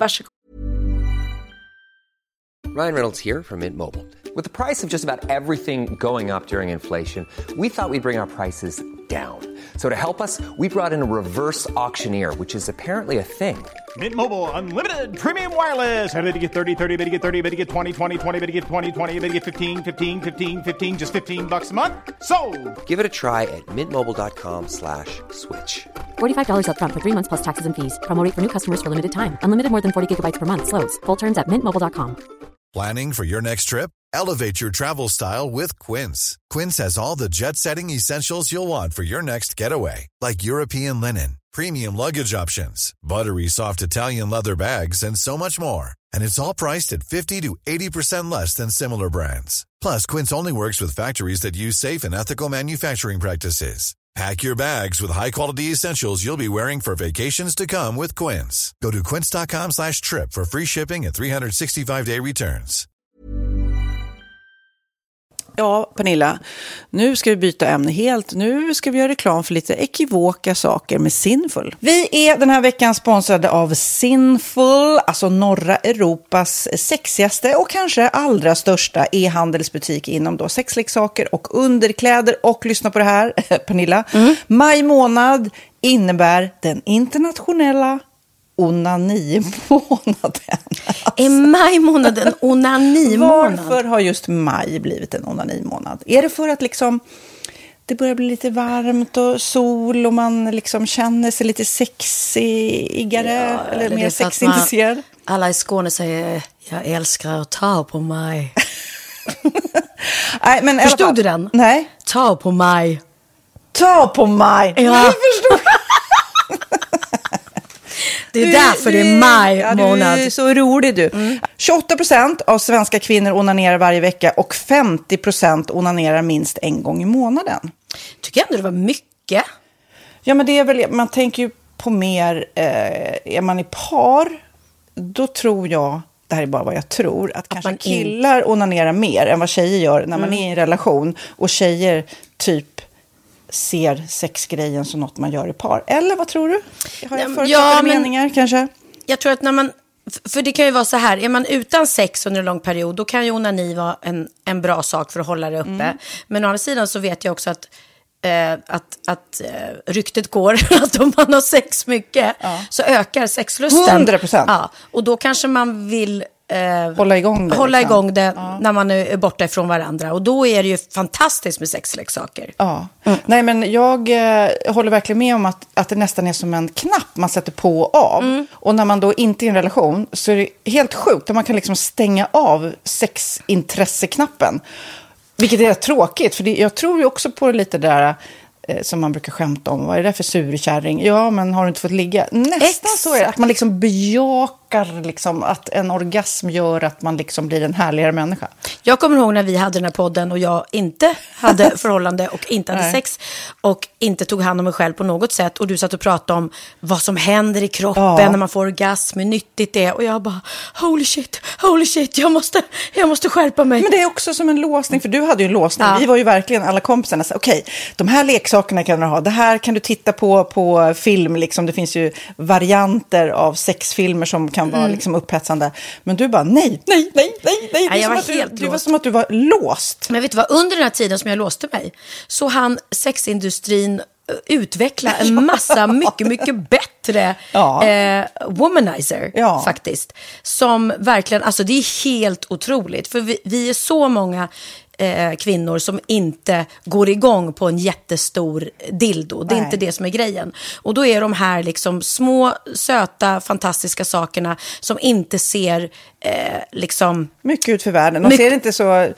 A: Ryan Reynolds here from Mint Mobile. With the price of just about everything going up during inflation, we thought we'd bring our prices down. So to help us, we brought in a reverse auctioneer, which is apparently a thing.
B: Mint Mobile Unlimited Premium Wireless. How to get 30, 30, bit to get 30, bit to get 20, 20, 20, bit to get 20, 20, bit to get 15, 15, 15, 15, just $15 a month? Sold!
A: Give it a try at mintmobile.com/switch.
C: $45 up front for 3 months plus taxes and fees. Promo rate for new customers for limited time. Unlimited more than 40 gigabytes per month. Slows full terms at mintmobile.com.
J: Planning for your next trip? Elevate your travel style with Quince. Quince has all the jet-setting essentials you'll want for your next getaway, like European linen, premium luggage options, buttery soft Italian leather bags, and so much more. And it's all priced at 50 to 80% less than similar brands. Plus, Quince only works with factories that use safe and ethical manufacturing practices. Pack your bags with high-quality essentials you'll be wearing for vacations to come with Quince. Go to quince.com/trip for free shipping and 365-day returns.
K: Ja, Pernilla, nu ska vi byta ämne helt. Nu ska vi göra reklam för lite ekivoka saker med Sinful. Vi är den här veckan sponsrade av Sinful, alltså norra Europas sexigaste och kanske allra största e-handelsbutik inom då sexleksaker och underkläder. Och lyssna på det här, Pernilla. Maj månad innebär den internationella onanimånaden.
F: Är maj månaden onanimånad?
K: Varför har just maj blivit en onanimånad? Är det för att liksom det börjar bli lite varmt och sol och man liksom känner sig lite sexigare eller mer sexintresserad?
F: Alla i Skåne säger jag älskar att ta på mig.
K: Nej, men
F: förstod du den?
K: Nej.
F: Ta på mig.
K: Ta på mig.
F: Ja.
K: Jag förstod.
F: Det är därför det är maj månad.
K: Du är så rolig du. 28% av svenska kvinnor onanerar varje vecka och 50% onanerar minst en gång i månaden.
F: Tycker jag ändå det var mycket.
K: Ja, men det är väl, man tänker ju på mer, är man i par, då tror jag, det här är bara vad jag tror, att kanske killar onanerar mer än vad tjejer gör när man är i en relation. Och tjejer typ ser sexgrejen som något man gör i par. Eller vad tror du? Har jag förutsatta meningar kanske? Jag
F: tror att när man, för det kan ju vara så här, är man utan sex under en lång period, då kan ju onani vara en bra sak för att hålla det uppe. Men å andra sidan så vet jag också att ryktet går att om man har sex mycket så ökar sexlusten.
K: 100%.
F: Ja, och då kanske man vill
K: hålla igång det
F: när man är borta ifrån varandra. Och då är det ju fantastiskt med sexleksaker.
K: Ja. Nej, men jag håller verkligen med om att det nästan är som en knapp man sätter på och av. Och när man då inte är i en relation så är det helt sjukt. Man kan liksom stänga av sexintresseknappen. Vilket är tråkigt, för jag tror ju också på lite där som man brukar skämta om. Vad är det för surkärring? Ja, men har du inte fått ligga? Nästan så är det, att man liksom bejakar liksom att en orgasm gör att man liksom blir en härligare människa.
F: Jag kommer ihåg när vi hade den här podden och jag inte hade förhållande och inte hade sex och inte tog hand om mig själv på något sätt. Och du satt och pratade om vad som händer i kroppen när man får orgasm, hur nyttigt det är. Och jag bara, holy shit, jag måste skärpa mig.
K: Men det är också som en låsning, för du hade ju en låsning. Vi var ju verkligen alla kompisarna. Okej, de här leksakerna kan du ha. Det här kan du titta på film. Liksom. Det finns ju varianter av sexfilmer som kan vara liksom upphetsande. Men du bara, nej.
F: Nej, jag var helt
K: det var som att du var låst.
F: Men vet du vad, under den här tiden som jag låste mig så hann sexindustrin utveckla en massa mycket bättre womanizer faktiskt. Som verkligen, alltså det är helt otroligt. För vi är så många kvinnor som inte går igång på en jättestor dildo. Det är inte det som är grejen. Och då är de här liksom små, söta, fantastiska sakerna som inte ser liksom
K: mycket ut för världen. De ser inte så,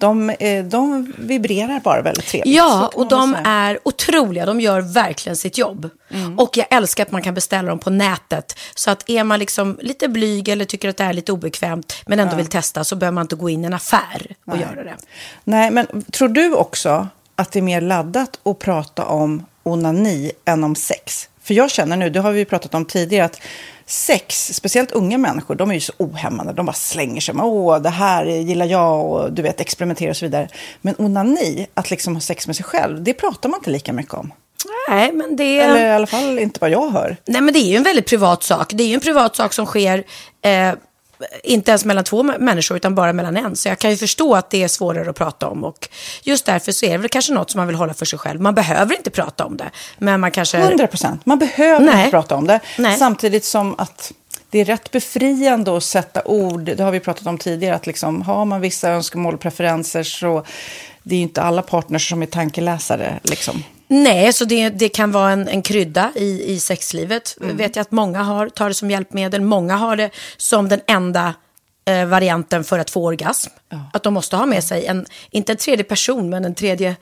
K: de vibrerar bara väldigt trevligt.
F: Ja, och de är otroliga. De gör verkligen sitt jobb. Och jag älskar att man kan beställa dem på nätet. Så att är man liksom lite blyg eller tycker att det är lite obekvämt men ändå vill testa, så behöver man inte gå in i en affär och göra det.
K: Nej, men tror du också att det är mer laddat att prata om onani än om sex? För jag känner nu, det har vi pratat om tidigare, att sex, speciellt unga människor, de är ju så ohämmade. De bara slänger sig med, det här gillar jag och du vet, experimentera och så vidare. Men onani, att liksom ha sex med sig själv, det pratar man inte lika mycket om.
F: Nej, men det...
K: Eller i alla fall inte vad jag hör.
F: Nej, men det är ju en väldigt privat sak. Det är ju en privat sak som sker inte ens mellan två människor utan bara mellan en. Så jag kan ju förstå att det är svårare att prata om. Och just därför så är det väl kanske något som man vill hålla för sig själv. Man behöver inte prata om det. Men man kanske...
K: 100%. Man behöver inte prata om det. Nej. Samtidigt som att det är rätt befriande att sätta ord. Det har vi pratat om tidigare. Att liksom, har man vissa önskemål och preferenser så det är ju inte alla partners som är tankeläsare liksom.
F: Nej, så det kan vara en krydda i sexlivet. Vet jag att många tar det som hjälpmedel. Många har det som den enda varianten för att få orgasm. Ja. Att de måste ha med sig inte en tredje person, men en tredje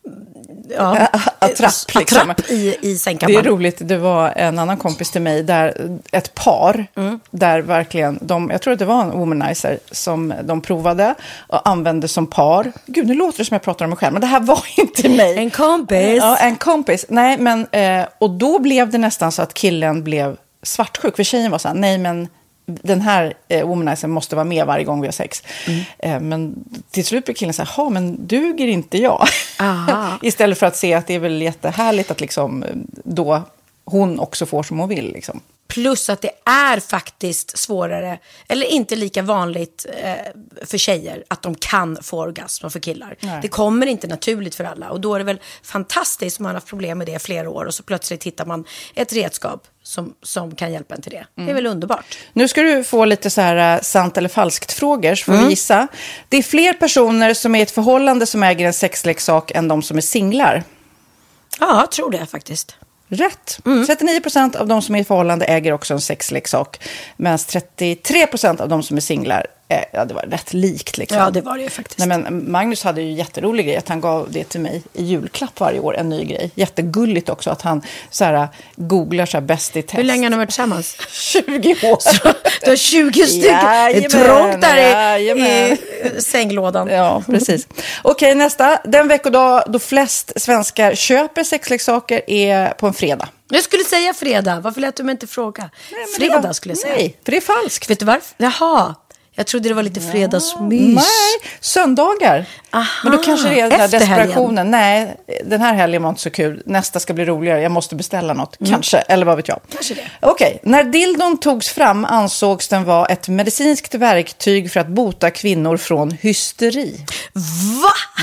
F: attrapp i sängkammaren.
K: Det är roligt, det var en annan kompis till mig där ett par där verkligen jag tror att det var en womanizer som de provade och använde som par. Gud, nu låter det som jag pratar om mig själv, men det här var inte mig.
F: En kompis.
K: Ja, en kompis. Nej, men och då blev det nästan så att killen blev svartsjuk, för tjejen var så här, nej men den här womanizern måste vara med varje gång vi har sex. Men till slut blir killen så här, men duger inte jag? Istället för att se att det är väl jättehärligt att liksom, då hon också får som hon vill. Liksom.
F: Plus att det är faktiskt svårare, eller inte lika vanligt för tjejer att de kan få orgasm för killar. Nej. Det kommer inte naturligt för alla. Och då är det väl fantastiskt om man har haft problem med det flera år och så plötsligt hittar man ett redskap som kan hjälpa en till det. Det är väl underbart.
K: Nu ska du få lite så här sant eller falskt frågor, så får vi gissa. Det är fler personer som är i ett förhållande som äger en sexleksak än de som är singlar.
F: Ja, jag tror det faktiskt.
K: Rätt. 39% av de som är i förhållande äger också en sexleksak. Medan 33% av de som är singlar, det var rätt likt. Liksom.
F: Ja, det var det ju faktiskt.
K: Nej, men Magnus hade ju jätterolig grej att han gav det till mig i julklapp varje år, en ny grej. Jättegulligt också att han så här, googlar så här bäst i test.
F: Hur länge har ni varit tillsammans?
K: 20 år.
F: Så, du har 20 stycken. Det är trångt där i sänglådan.
K: Ja, precis. Okej, nästa. Den veckodag då flest svenskar köper sexleksaker är på en fredag.
F: Jag skulle säga fredag. Varför lät du mig inte fråga? Fredag skulle jag säga.
K: Nej, för det är falskt.
F: Vet du varför? Jaha. Jag trodde det var lite fredagsmys.
K: Nej, söndagar.
F: Aha,
K: men då kanske det är den där desperationen.
F: Helgen.
K: Nej, den här helgen var inte så kul. Nästa ska bli roligare. Jag måste beställa något. Kanske, eller vad vet jag.
F: Kanske det.
K: Okej, när dildon togs fram ansågs den vara ett medicinskt verktyg för att bota kvinnor från hysteri.
F: Va?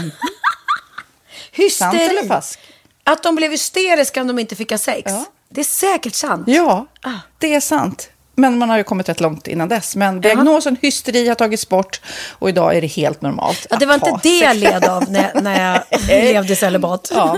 F: Hysteri?
K: Sant eller falskt?
F: Att de blev hysteriska om de inte fick ha sex. Ja. Det är säkert sant.
K: Ja, det är sant. Men man har ju kommit rätt långt innan dess. Men diagnosen hysteri har tagits bort och idag är det helt normalt.
F: Ja, det var inte det jag led av när jag levde celibat.
K: Ja.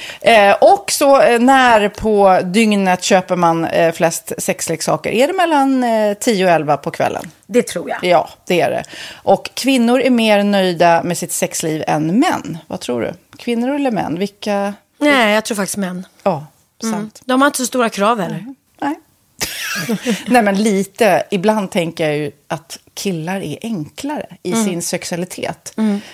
K: Och så när på dygnet köper man flest sexleksaker? Är det mellan 10 och 11 på kvällen?
F: Det tror jag.
K: Ja, det är det. Och kvinnor är mer nöjda med sitt sexliv än män. Vad tror du? Kvinnor eller män? Vilka?
F: Nej, jag tror faktiskt män.
K: Ja, sant.
F: De har inte så stora krav heller.
K: Nej. Nej, men lite. Ibland tänker jag ju att killar är enklare i sin sexualitet.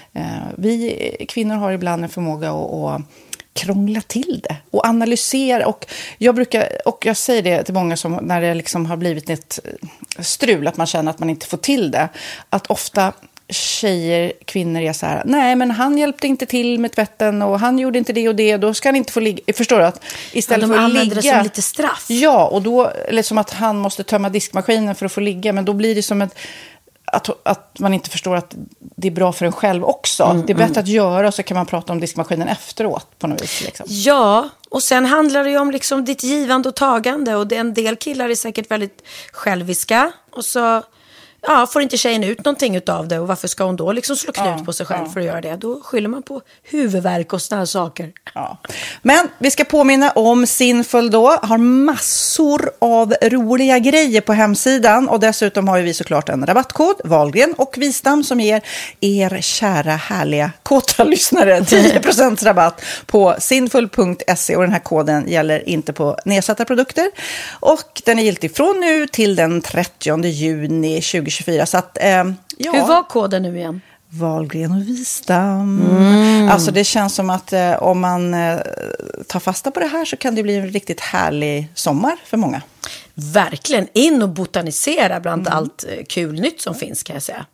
K: Vi kvinnor har ibland en förmåga att krångla till det och analysera. Och jag säger det till många som när det liksom har blivit ett strul, att man känner att man inte får till det. Att ofta kvinnor är så här, nej men han hjälpte inte till med tvätten och han gjorde inte det och det, då ska han inte få ligga. Förstår du? Att istället för att ligga,
F: det som lite straff.
K: Ja, och då eller som att han måste tömma diskmaskinen för att få ligga, men då blir det som att man inte förstår att det är bra för en själv också. Det är bättre att göra, och så kan man prata om diskmaskinen efteråt på något vis. Liksom.
F: Ja, och sen handlar det ju om liksom ditt givande och tagande, och en del killar är säkert väldigt själviska, och så får inte tjejen ut någonting utav det, och varför ska hon då liksom slå knut på sig själv för att göra det? Då skyller man på huvudvärk och såna här saker. Ja.
K: Men vi ska påminna om Sinful då. Har massor av roliga grejer på hemsidan, och dessutom har vi såklart en rabattkod, Wahlgren och Wistam, som ger er kära härliga kåta lyssnare 10% rabatt på sinful.se, och den här koden gäller inte på nedsatta produkter, och den är giltig från nu till den 30 juni 2024. Så att,
F: Hur var koden nu igen?
K: Wahlgren och Wistam. Alltså det känns som att om man tar fasta på det här så kan det bli en riktigt härlig sommar för många.
F: Verkligen, in och botanisera bland allt kul nytt som finns, kan jag säga.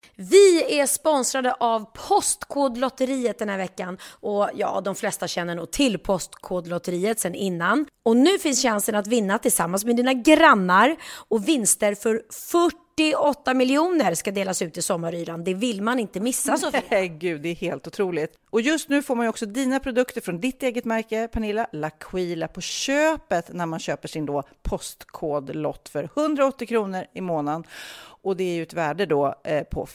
F: Vi är sponsrade av Postkodlotteriet den här veckan. Och ja, de flesta känner nog till Postkodlotteriet sedan innan. Och nu finns chansen att vinna tillsammans med dina grannar. Och vinster för 48 miljoner ska delas ut i sommaryran. Det vill man inte missa, Sofia.
K: Gud, det är helt otroligt. Och just nu får man ju också dina produkter från ditt eget märke, Pernilla, L'Aquila, på köpet när man köper sin då postkodlott för 180 kronor i månaden. Och det är ju ett värde då på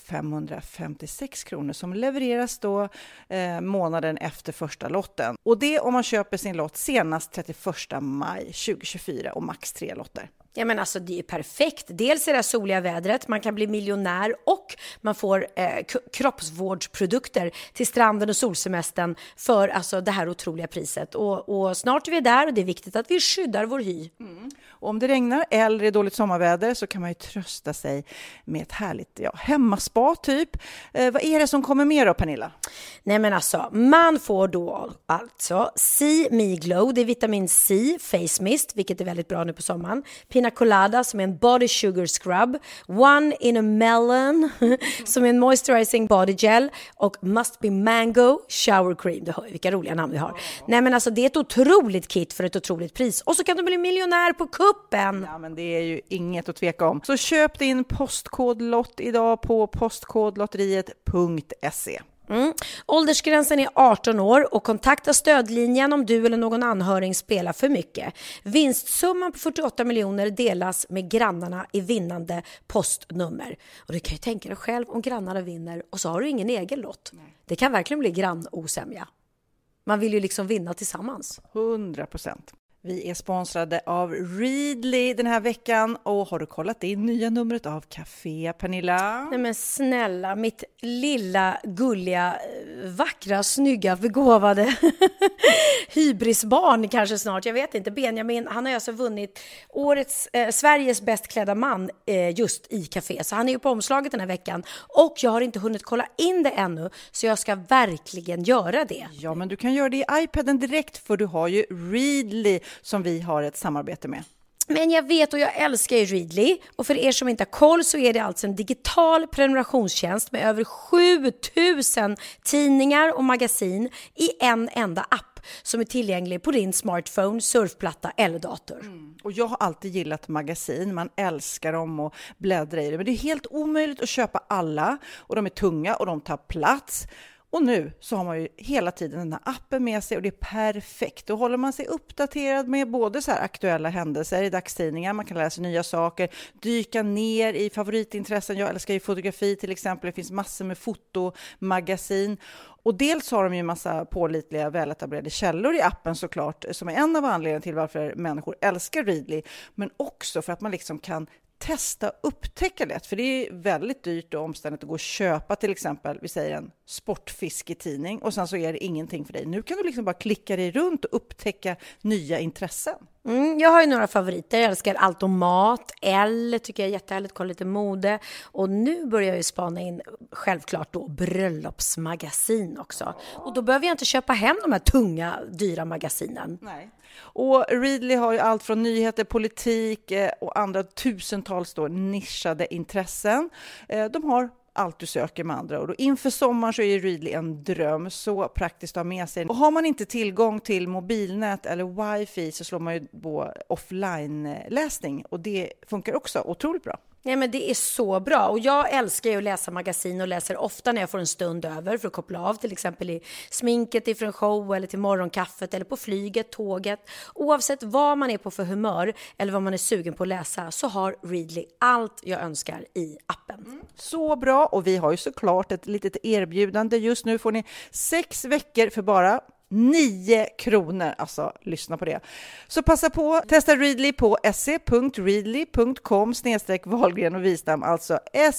K: 556 kronor som levereras då månaden efter första lotten. Och det om man köper sin lott senast 31 maj 2024 och max 3 lotter.
F: Ja, men alltså det är perfekt. Dels är det soliga vädret, man kan bli miljonär och man får kroppsvårdsprodukter till stranden och solsemestern för alltså det här otroliga priset. Och snart är vi där och det är viktigt att vi skyddar vår hy.
K: Och om det regnar eller är dåligt sommarväder så kan man ju trösta sig med ett härligt hemmaspa typ. Vad är det som kommer mer då, Pernilla?
F: Nej, men alltså man får då alltså See Me Glow, det är vitamin C face mist, vilket är väldigt bra nu på sommaren. Pina Colada som är en body sugar scrub, One in a Melon som är en moisturizing body gel och Must Be Mango shower cream. Du hör vilka roliga namn vi har. Nej, men alltså det är ett otroligt kit för ett otroligt pris och så kan du bli miljonär på kuppen.
K: Ja, men det är ju inget att tveka om. Så köp din postkodlott idag på postkodlotteriet.se.
F: Åldersgränsen är 18 år och kontakta stödlinjen om du eller någon anhörig spelar för mycket. Vinstsumman på 48 miljoner delas med grannarna i vinnande postnummer. Och du kan ju tänka dig själv om grannarna vinner och så har du ingen egen lott. Nej. Det kan verkligen bli grannosämja. Man vill ju liksom vinna tillsammans.
K: 100%. Vi är sponsrade av Readly den här veckan och har du kollat det nya numret av Café, Pernilla?
F: Nej men snälla, mitt lilla, gulliga, vackra, snygga, begåvade hybrisbarn kanske snart, jag vet inte. Benjamin, han har alltså vunnit årets Sveriges bäst klädda man just i Café. Så han är ju på omslaget den här veckan och jag har inte hunnit kolla in det ännu så jag ska verkligen göra det.
K: Ja, men du kan göra det i iPaden direkt för du har ju Readly som vi har ett samarbete med.
F: Men jag vet och jag älskar ju Readly och för er som inte har koll så är det alltså en digital prenumerationstjänst med över 7000 tidningar och magasin i en enda app som är tillgänglig på din smartphone, surfplatta eller dator.
K: Och jag har alltid gillat magasin, man älskar dem och bläddra i det, men det är helt omöjligt att köpa alla och de är tunga och de tar plats. Och nu så har man ju hela tiden den här appen med sig och det är perfekt. Då håller man sig uppdaterad med både så här aktuella händelser i dagstidningar. Man kan läsa nya saker, dyka ner i favoritintressen. Jag älskar ju fotografi till exempel. Det finns massor med fotomagasin. Och dels har de ju en massa pålitliga, väletablerade källor i appen såklart. Som är en av anledningarna till varför människor älskar Readly. Men också för att man liksom kan testa upptäcka det. För det är väldigt dyrt och omständigt att gå och köpa till exempel, vi säger en sportfisketidning och sen så är det ingenting för dig. Nu kan du liksom bara klicka dig runt och upptäcka nya intressen.
F: Jag har ju några favoriter. Jag älskar allt om mat. Elle tycker jag är jättehärligt. Kolla lite mode. Och nu börjar jag ju spana in självklart då bröllopsmagasin också. Och då behöver jag inte köpa hem de här tunga, dyra magasinen.
K: Nej. Och Readly har ju allt från nyheter, politik och andra tusentals då nischade intressen. De har allt du söker med andra ord. Och inför sommar så är Readly en dröm, så praktiskt att ha med sig. Och har man inte tillgång till mobilnät eller wifi så slår man ju på offline-läsning och det funkar också otroligt bra.
F: Ja, men det är så bra och jag älskar ju att läsa magasin och läser ofta när jag får en stund över för att koppla av, till exempel i sminket ifrån en show eller till morgonkaffet eller på flyget, tåget. Oavsett vad man är på för humör eller vad man är sugen på att läsa så har Readly allt jag önskar i appen.
K: Så bra, och vi har ju såklart ett litet erbjudande. Just nu får ni 6 veckor för bara 9 kronor, alltså lyssna på det. Så passa på, testa Readly på se.readly.com/Wahlgren och Wistam, alltså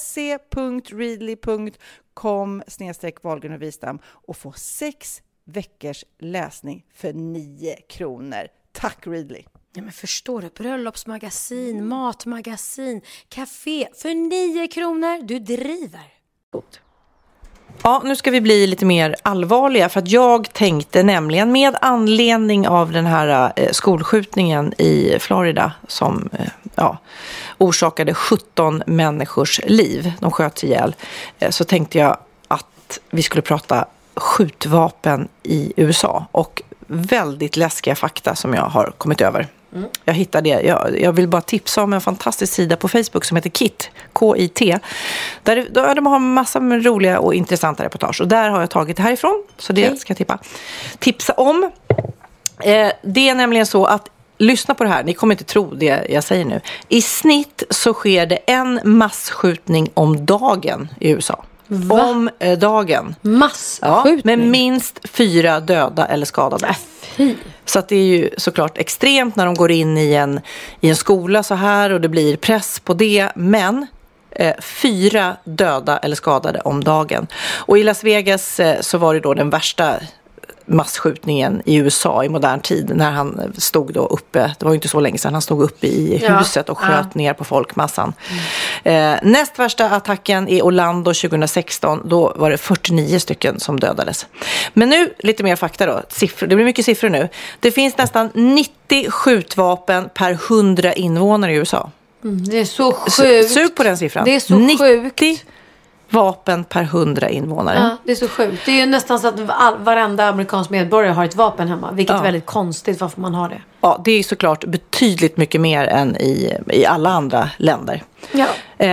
K: se.readly.com/Wahlgren och Wistam och få 6 veckors läsning för 9 kronor. Tack Readly!
F: Ja, men förstår du, bröllopsmagasin, matmagasin, café för 9 kronor, du driver. God.
E: Ja, nu ska vi bli lite mer allvarliga för att jag tänkte nämligen med anledning av den här skolskjutningen i Florida som orsakade 17 människors liv. De sköts ihjäl. Så tänkte jag att vi skulle prata skjutvapen i USA och väldigt läskiga fakta som jag har kommit över. Jag hittade det. Jag vill bara tipsa om en fantastisk sida på Facebook som heter KIT, K-I-T. Där de har en massa roliga och intressanta reportage. Och där har jag tagit det härifrån. Så det ska jag tipsa om. Det är nämligen så att, lyssna på det här, ni kommer inte tro det jag säger nu. I snitt så sker det en massskjutning om dagen i USA. Va? Om dagen.
F: Massskjutning?
E: Ja, med minst 4 döda eller skadade.
F: Fy.
E: Så att det är ju såklart extremt när de går in i en skola så här och det blir press på det. Men 4 döda eller skadade om dagen. Och i Las Vegas så var det då den värsta massskjutningen i USA i modern tid när han stod då uppe, det var ju inte så länge sedan, han stod uppe i huset och sköt ner på folkmassan. Näst värsta attacken i Orlando 2016, då var det 49 stycken som dödades. Men nu lite mer fakta då, siffror, det blir mycket siffror nu. Det finns nästan 90 skjutvapen per 100 invånare i USA.
F: Det är så sjukt.
E: Sug på den siffran.
F: Det är så
E: 90
F: sjukt.
E: Vapen per 100 invånare.
F: Ja, det är så sjukt. Det är ju nästan så att varenda amerikansk medborgare har ett vapen hemma. Vilket är väldigt konstigt varför man har det. Ja,
E: det är såklart betydligt mycket mer än i alla andra länder.
F: Ja.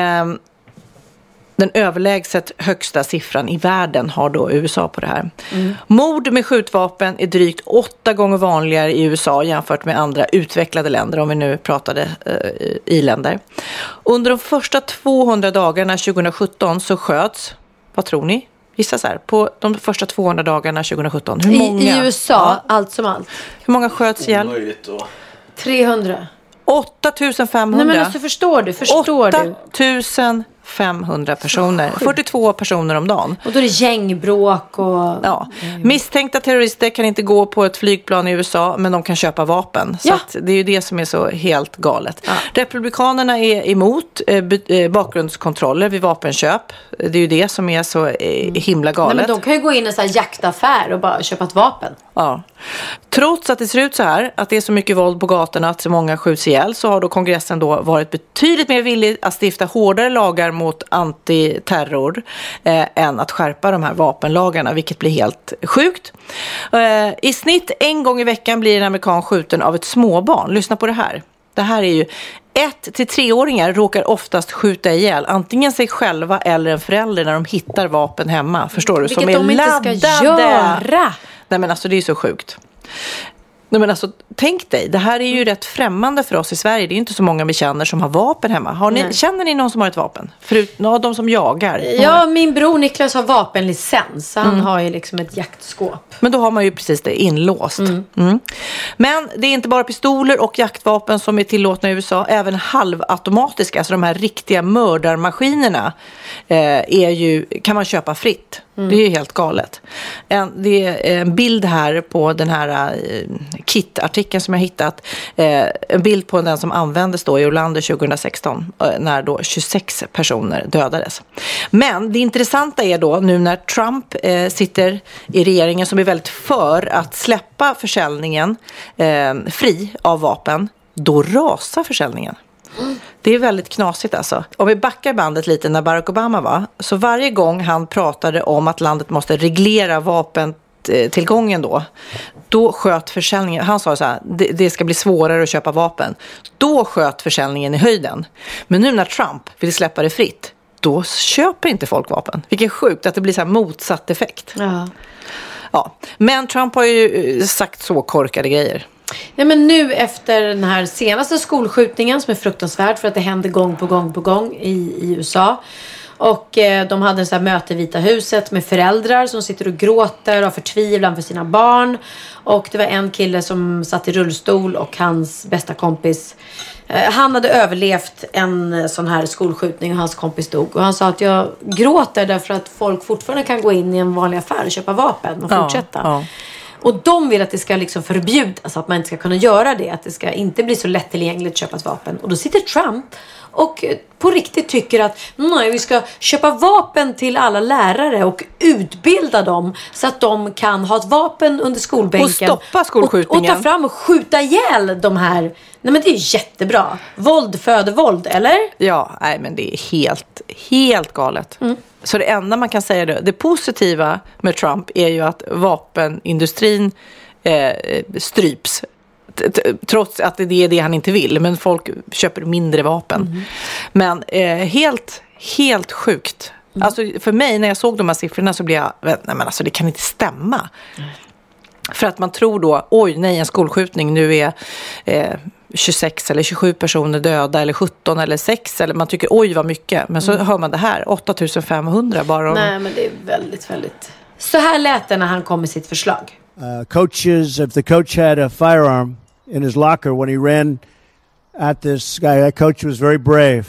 E: Den överlägset högsta siffran i världen har då USA på det här. Mord med skjutvapen är drygt 8 gånger vanligare i USA jämfört med andra utvecklade länder, om vi nu pratade i-länder. Under de första 200 dagarna 2017 så sköts, vad tror ni? Gissa så här, på de första 200 dagarna 2017. Hur många?
F: I USA, allt som allt.
E: Hur många sköts ihjäl?
F: 300.
E: 8500.
F: Nej men alltså förstår du?
E: 8500 personer. 42 personer om dagen.
F: Och då är det gängbråk och...
E: Ja. Misstänkta terrorister kan inte gå på ett flygplan i USA, men de kan köpa vapen. Så att det är ju det som är så helt galet. Ja. Republikanerna är emot bakgrundskontroller vid vapenköp. Det är ju det som är så himla galet.
F: Nej, men de kan ju gå in i en sån här jaktaffär och bara köpa ett vapen.
E: Ja. Trots att det ser ut så här, att det är så mycket våld på gatorna, att så många skjuts ihjäl, så har då kongressen då varit betydligt mer villig att stifta hårdare lagar mot antiterror än att skärpa de här vapenlagarna, vilket blir helt sjukt. I snitt en gång i veckan blir en amerikan skjuten av ett småbarn. Lyssna på det här. Det här är ju 1-3-åringar råkar oftast skjuta ihjäl antingen sig själva eller en förälder när de hittar vapen hemma. Förstår du?
F: Vilket
E: som är
F: de inte
E: laddade.
F: ska göra.
E: Nej men alltså det är så sjukt. Nej, men alltså, tänk dig, det här är ju rätt främmande för oss i Sverige. Det är inte så många vi känner som har vapen hemma. Känner ni någon som har ett vapen? Förutom de som jagar.
F: Ja, min bror Niklas har vapenlicens. Så han har ju liksom ett jaktskåp.
E: Men då har man ju precis det inlåst. Men det är inte bara pistoler och jaktvapen som är tillåtna i USA. Även halvautomatiska, alltså de här riktiga mördarmaskinerna kan man köpa fritt. Det är ju helt galet. Det är en bild här på den här KIT-artikeln som jag hittat. En bild på den som användes då i Orlando 2016 när då 26 personer dödades. Men det intressanta är då nu när Trump sitter i regeringen som är väldigt för att släppa försäljningen fri av vapen, då rasar försäljningen. Det är väldigt knasigt alltså. Om vi backar bandet lite när Barack Obama var, så varje gång han pratade om att landet måste reglera vapentillgången då sköt försäljningen, han sa så här, det ska bli svårare att köpa vapen. Då sköt försäljningen i höjden. Men nu när Trump vill släppa det fritt, då köper inte folk vapen. Vilket sjukt att det blir så här motsatt effekt. Ja. Men Trump har ju sagt så korkade grejer.
F: Ja, men nu efter den här senaste skolskjutningen som är fruktansvärd för att det händer gång på gång i USA. Och de hade en sån här möte i Vita huset med föräldrar som sitter och gråter av förtvivlan för sina barn. Och det var en kille som satt i rullstol och hans bästa kompis. Han hade överlevt en sån här skolskjutning och hans kompis dog. Och han sa att jag gråter därför att folk fortfarande kan gå in i en vanlig affär och köpa vapen och fortsätta. Ja. Och de vill att det ska liksom förbjudas, att man inte ska kunna göra det. Att det ska inte bli så lättillgängligt att köpa ett vapen. Och då sitter Trump och på riktigt tycker att vi ska köpa vapen till alla lärare och utbilda dem så att de kan ha ett vapen under skolbänken.
E: Och stoppa skolskjutningen.
F: Och ta fram och skjuta ihjäl de här. Nej, men det är jättebra. Våld föder våld, eller?
E: Ja, nej, men det är helt galet. Så det enda man kan säga det positiva med Trump är ju att vapenindustrin stryps. Trots att det är det han inte vill. Men folk köper mindre vapen. Men helt sjukt. Alltså för mig, när jag såg de här siffrorna så blev jag, nej men alltså det kan inte stämma. För att man tror då, en skolskjutning, nu är 26 eller 27 personer döda, eller 17 eller 6, eller man tycker oj vad mycket. Men så hör man det här, 8500 bara.
F: Nej, men det är väldigt, väldigt. Så här lät det när han kom med sitt förslag.
L: Coaches, if the coach had a firearm in his locker when he ran at this guy, that coach was very brave.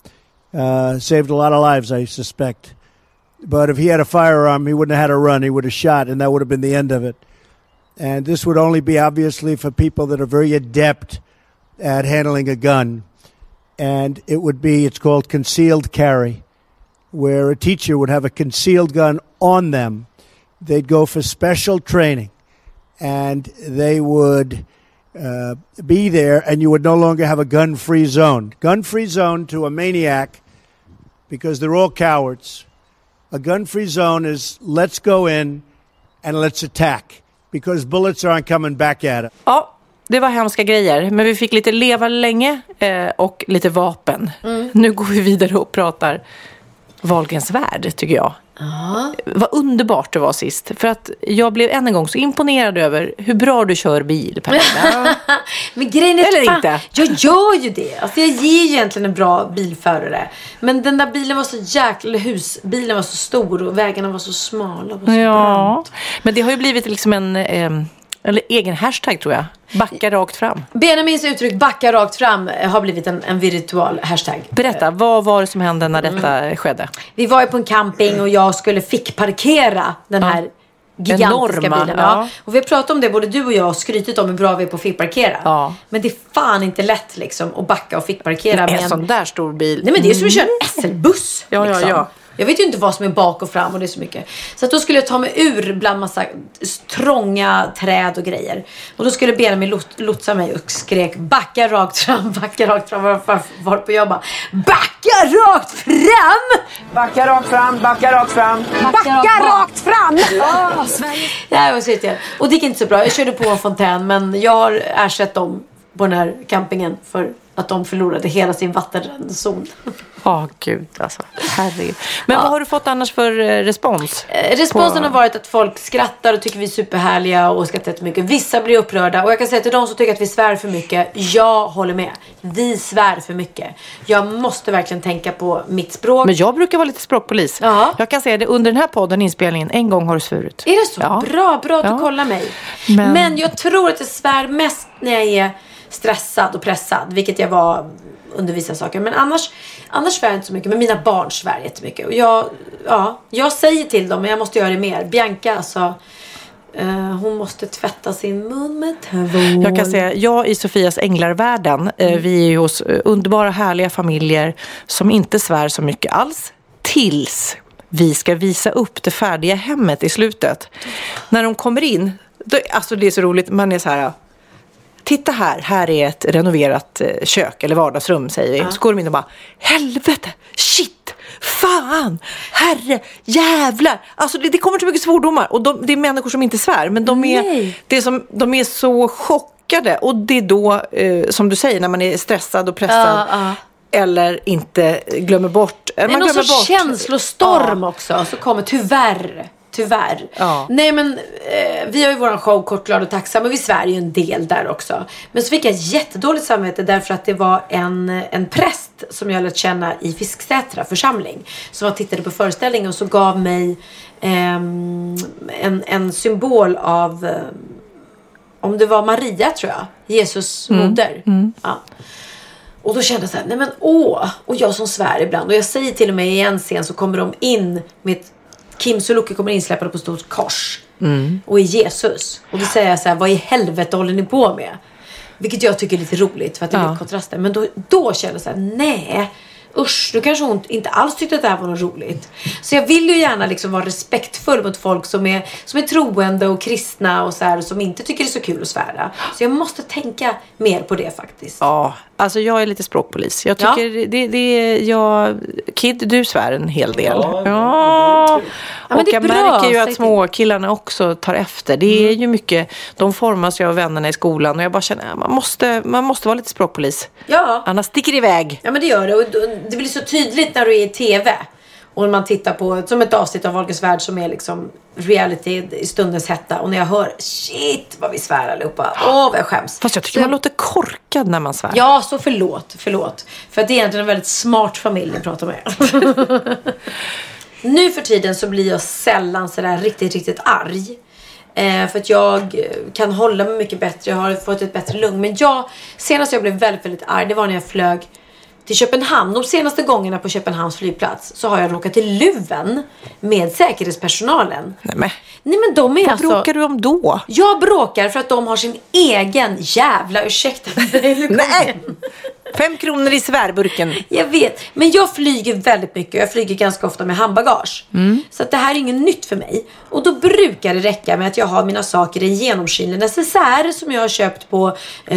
L: Saved a lot of lives, I suspect. But if he had a firearm, he wouldn't have had to run. He would have shot, and that would have been the end of it. And this would only be obviously for people that are very adept at handling a gun. And it would be, it's called concealed carry, where a teacher would have a concealed gun on them. They'd go for special training, and they would be there, and you would no longer have a gun-free zone. Gun-free zone to a maniac, because they're all cowards. A gun-free zone is let's go in and let's attack, because bullets aren't coming back at it.
E: Ja, det var hemska grejer, men vi fick lite leva länge och lite vapen. Nu går vi vidare och pratar Wahlgrens värld, tycker jag. Vad underbart det var sist. För att jag blev än en gång så imponerad över hur bra du kör bil, Pernilla.
F: Men grejen är
E: eller inte.
F: Jag gör ju det. Alltså jag ger ju egentligen en bra bilförare. Men den där bilen var så jäkla... husbilen var så stor och vägarna var så smala och så brant.
E: Men det har ju blivit liksom en egen hashtag, tror jag. Backa rakt fram.
F: Benjamins uttryck backa rakt fram har blivit en virtual hashtag.
E: Berätta, vad var det som hände när detta skedde? Vi
F: var ju på en camping och jag fick parkera den här gigantiska bilen. Ja. Och vi har pratat om det, både du och jag, och skrytit om hur bra vi är på att fick parkera. Ja. Men det är fan inte lätt liksom att backa och fick parkera med
E: en sån där stor bil.
F: Nej, men det är som att köra en SL-buss.
E: Ja.
F: Jag vet ju inte vad som är bak och fram, och det är så mycket. Så att då skulle jag ta mig ur bland massa trånga träd och grejer. Och då skulle Benjamin lotsa mig och skrek backa rakt fram. Varpå jag bara backa rakt fram!
M: Backa rakt fram, backa rakt fram.
F: Backa rakt fram! Ja, vad säger jag? Och det gick inte så bra. Jag körde på en fontän, men jag har ersatt dem på den här campingen för att de förlorade hela sin vattenzon.
E: Gud alltså. Herregud. Men vad har du fått annars för respons?
F: Responsen har varit att folk skrattar och tycker vi är superhärliga och skrattar jättemycket. Vissa blir upprörda, och jag kan säga till de som tycker att vi svär för mycket, jag håller med. Vi svär för mycket. Jag måste verkligen tänka på mitt språk.
E: Men jag brukar vara lite språkpolis. Ja. Jag kan säga det under den här podden, inspelningen, en gång har du svurit.
F: Är det så? Ja. Bra att du kollar mig. Men jag tror att jag svär mest när jag är stressad och pressad, vilket jag var under vissa saker. Men annars svär jag inte så mycket. Men mina barn svär jättemycket. Och jag säger till dem, men jag måste göra det mer. Bianca, alltså, hon måste tvätta sin mun med tvål.
E: Jag kan säga, jag i Sofias änglarvärlden, vi är ju hos underbara, härliga familjer som inte svär så mycket alls, tills vi ska visa upp det färdiga hemmet i slutet. När de kommer in, alltså det är så roligt, man är så här: titta här är ett renoverat kök eller vardagsrum, säger vi. Så går de in och bara, helvete, shit, fan, herre, jävlar. Alltså det kommer så mycket svordomar. Och det är människor som inte svär, men de är så chockade. Och det är då, som du säger, när man är stressad och pressad. Eller inte glömmer bort.
F: Det är någon sorts känslostorm också. Så kommer tyvärr. Ja. Nej, men vi har ju våran show Kort, glad och tacksam, men vi svär ju en del där också. Men så fick jag jättedåligt samvete därför att det var en präst som jag lärt känna i Fisksätra församling som var tittade på föreställningen och så gav mig en symbol av om det var Maria, tror jag, Jesus moder. Ja. Och då kände jag så här, nej men och jag som svär ibland, och jag säger till och med i en scen så kommer de in med Kim Sulocki kommer insläppade på stort kors och i Jesus. Och då säger jag så här, vad i helvete håller ni på med? Vilket jag tycker är lite roligt för att det blir kontraster. Men då känner jag så här, nej, usch, då kanske hon inte alls tyckte att det här var något roligt. Så jag vill ju gärna liksom vara respektfull mot folk som är troende och kristna och så här, och som inte tycker det är så kul att svära. Så jag måste tänka mer på det faktiskt.
E: Ja, alltså jag är lite språkpolis. Jag tycker Kid, du svär en hel del. Ja. Och jag märker ju att små killarna också tar efter. Det är ju mycket, de formas ju av vännerna i skolan och jag bara känner man måste vara lite språkpolis.
F: Ja.
E: Annars sticker det iväg.
F: Ja, men det gör det. Och det blir så tydligt när du är i tv. Och man tittar på som ett avsnitt av Wahlgrens värld som är liksom reality i stundens hetta. Och när jag hör, shit vad vi svär allihopa. Vad jag skäms.
E: Fast jag tycker man låter korkad när man svär.
F: Ja, så förlåt. För att det är egentligen en väldigt smart familj jag pratar med. Nu för tiden så blir jag sällan sådär riktigt, riktigt arg. För att jag kan hålla mig mycket bättre. Jag har fått ett bättre lugn. Men senast jag blev väldigt, väldigt arg, det var när jag flög till Köpenhamn. De senaste gångerna på Köpenhamns flygplats så har jag råkat till luven med säkerhetspersonalen. Nej men de är
E: vad bråkar du om då?
F: Jag bråkar för att de har sin egen jävla ursäkta.
E: Nej! 5 kronor i svärburken.
F: Jag vet, men jag flyger väldigt mycket. Jag flyger ganska ofta med handbagage. Så att det här är inget nytt för mig. Och då brukar det räcka med att jag har mina saker i en genomskinlig necessär som jag har köpt på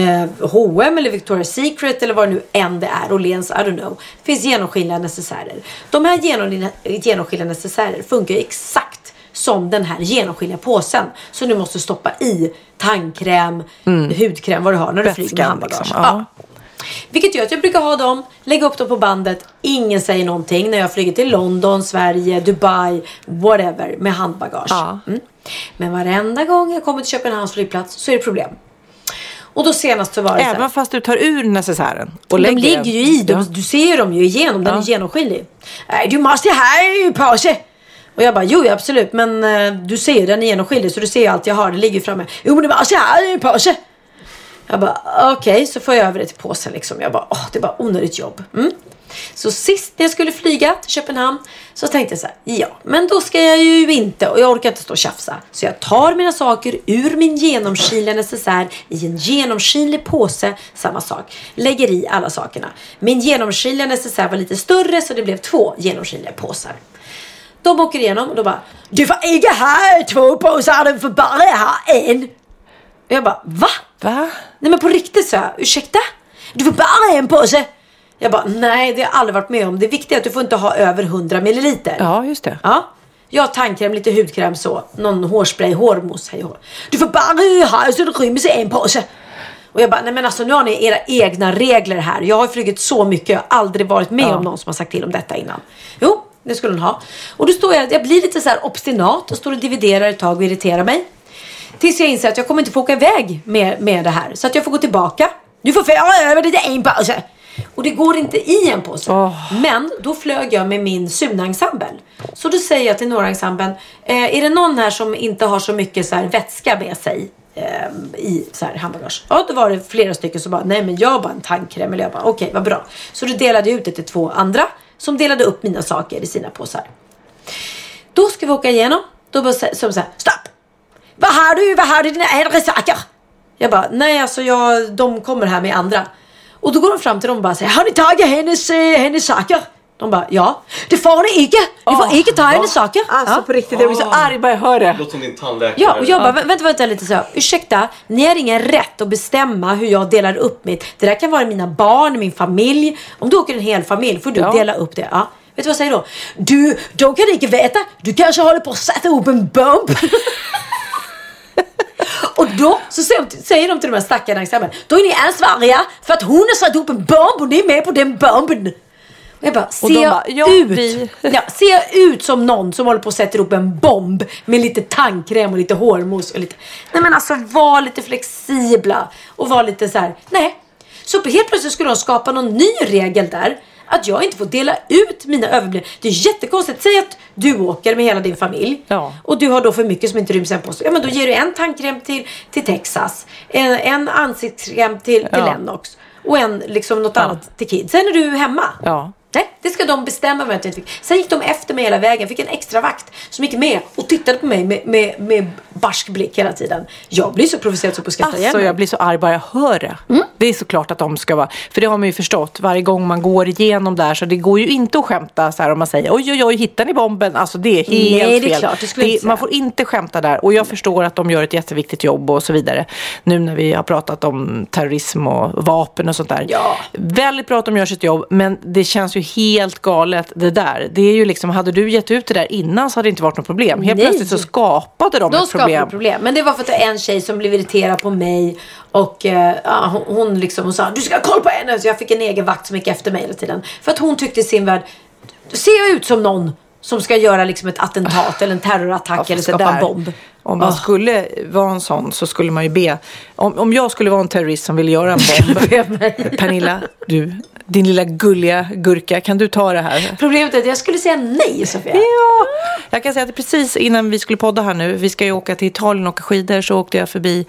F: H&M eller Victoria's Secret eller vad det nu än det är. Åhléns, I don't know. Det finns genomskinliga necessärer. De här genomskinliga necessärer funkar exakt som den här genomskinliga påsen. Så du måste stoppa i tandkräm, hudkräm, vad du har när du flyger med handbagage.
E: Liksom. Ja.
F: Vilket gör att jag brukar ha dem, lägga upp dem på bandet. Ingen säger någonting när jag flyger till London, Sverige, Dubai, whatever, med handbagage. Ja. Men varenda gång jag kommer till Köpenhamns flygplats så är det problem. Och då senast så var det
E: även så här, fast du tar ur necessären och
F: de ligger ju i dem. Du ser dem ju igenom, den är genomskinlig. Nej, du måste ha på sig. Och jag bara, jo absolut, men du ser ju den är genomskinlig så du ser ju allt jag har, det ligger framme. Jo men du måste ha på sig. Jag bara, okej, så får jag över det till påsen liksom. Jag bara, det är bara onödigt jobb. Så sist när jag skulle flyga till Köpenhamn så tänkte jag så här, ja, men då ska jag ju inte, och jag orkar inte stå och tjafsa. Så jag tar mina saker ur min genomskinliga necessär i en genomskinlig påse, samma sak. Lägger i alla sakerna. Min genomskinliga necessär var lite större så det blev 2 genomskinliga påsar. De åker igenom och då bara, du får inte ha 2 påsar, du får bara ha en. Och jag bara, va? Nej men på riktigt så här, ursäkta? Du får bara en påse. Jag bara, nej det har jag aldrig varit med om. Det är viktigt att du får inte ha över 100 milliliter.
E: Ja, just det.
F: Ja. Jag har tandkräm, lite hudkräm så. Någon hårspray, hårmousse, hej hår. Du får bara ha så det rymmer sig en påse. Och jag bara, nej men alltså nu har ni era egna regler här. Jag har flugit så mycket, jag har aldrig varit med om någon som har sagt till om detta innan. Jo, det skulle hon ha. Och då står jag blir lite så här obstinat och står och dividerar ett tag och irriterar mig. Tills jag inser att jag kommer inte få åka iväg med det här. Så att jag får gå tillbaka. Du får föra över det till en påse. Och det går inte i en påse. Men då flög jag med min Suna-ensemble. Så då säger jag till några ensemblen, är det någon här som inte har så mycket så här vätska med sig i så här handbagage? Ja, då var det flera stycken som bara, nej men jag har bara en tandkräm. Eller jag bara, okej, vad bra. Så då delade jag ut det till 2 andra som delade upp mina saker i sina påsar. Då ska vi åka igenom. Då bara som så här, stopp! Vad har du dina äldre saker? Jag bara, nej alltså de kommer här med andra. Och då går de fram till dem och bara säger, har ni tagit hennes saker? De bara, ja. Det får ni inte. Ni får inte ta hennes saker.
E: Alltså på riktigt, jag blir så arg bara jag hör det.
G: Låt som din tandläkare.
F: Ja, och jag bara, vänta lite så. Ursäkta, ni har ingen rätt att bestämma hur jag delar upp mitt. Det där kan vara mina barn, min familj. Om du åker en hel familj får du dela upp det. Ja. Vet du vad jag säger då? De kan inte veta. Du kanske håller på att sätta upp en bomb. Och då så säger de till de här stackarna exempel, då är ni ansvariga för att hon har satt upp en bomb och ni är med på den bomben. Och jag bara, ser jag ut som någon som håller på att sätta upp en bomb med lite tandkräm och lite hårmousse och lite, nej men alltså var lite flexibla och var lite så här, nej. Så helt plötsligt skulle de skapa någon ny regel där att jag inte får dela ut mina överblivna. Det är jättekonstigt. Säg att du åker med hela din familj och du har då för mycket som inte ryms en på sig. Ja, men då ger du en tandkräm till Texas, en ansiktskräm till Lennox och en liksom något annat till Kid. Sen är du hemma. Nej, det ska de bestämma mig att jag inte fick. Sen gick de efter mig hela vägen. Fick en extra vakt som gick med och tittade på mig med barsk blick hela tiden. Jag blir så provocerad så på skrattar igen.
E: Jag blir så arg bara jag hör det. Det är såklart att de ska vara. För det har man ju förstått. Varje gång man går igenom där så det går ju inte att skämta så här om man säger oj, hittar ni bomben? Alltså det är helt fel. Klart, man får inte skämta där. Och jag förstår att de gör ett jätteviktigt jobb och så vidare. Nu när vi har pratat om terrorism och vapen och sånt där. Ja. Väldigt bra att de gör sitt jobb. Men det känns ju helt galet det där. Det är ju liksom, hade du gett ut det där innan så hade det inte varit något problem. Helt plötsligt så skapade de ett problem.
F: Men det var för att det är en tjej som blev irriterad på mig och hon sa du ska ha koll på henne. Så jag fick en egen vakt som gick efter mig hela tiden. För att hon tyckte i sin värld, ser jag ut som någon som ska göra liksom ett attentat eller en terrorattack eller skapa en bomb.
E: Om man skulle vara en sån så skulle man ju be. Om jag skulle vara en terrorist som vill göra en bomb. Pernilla, din lilla gulliga gurka, kan du ta det här?
F: Problemet är att jag skulle säga nej, Sofia.
E: Ja, jag kan säga att precis innan vi skulle podda här nu, vi ska ju åka till Italien och åka skidor, så åkte jag förbi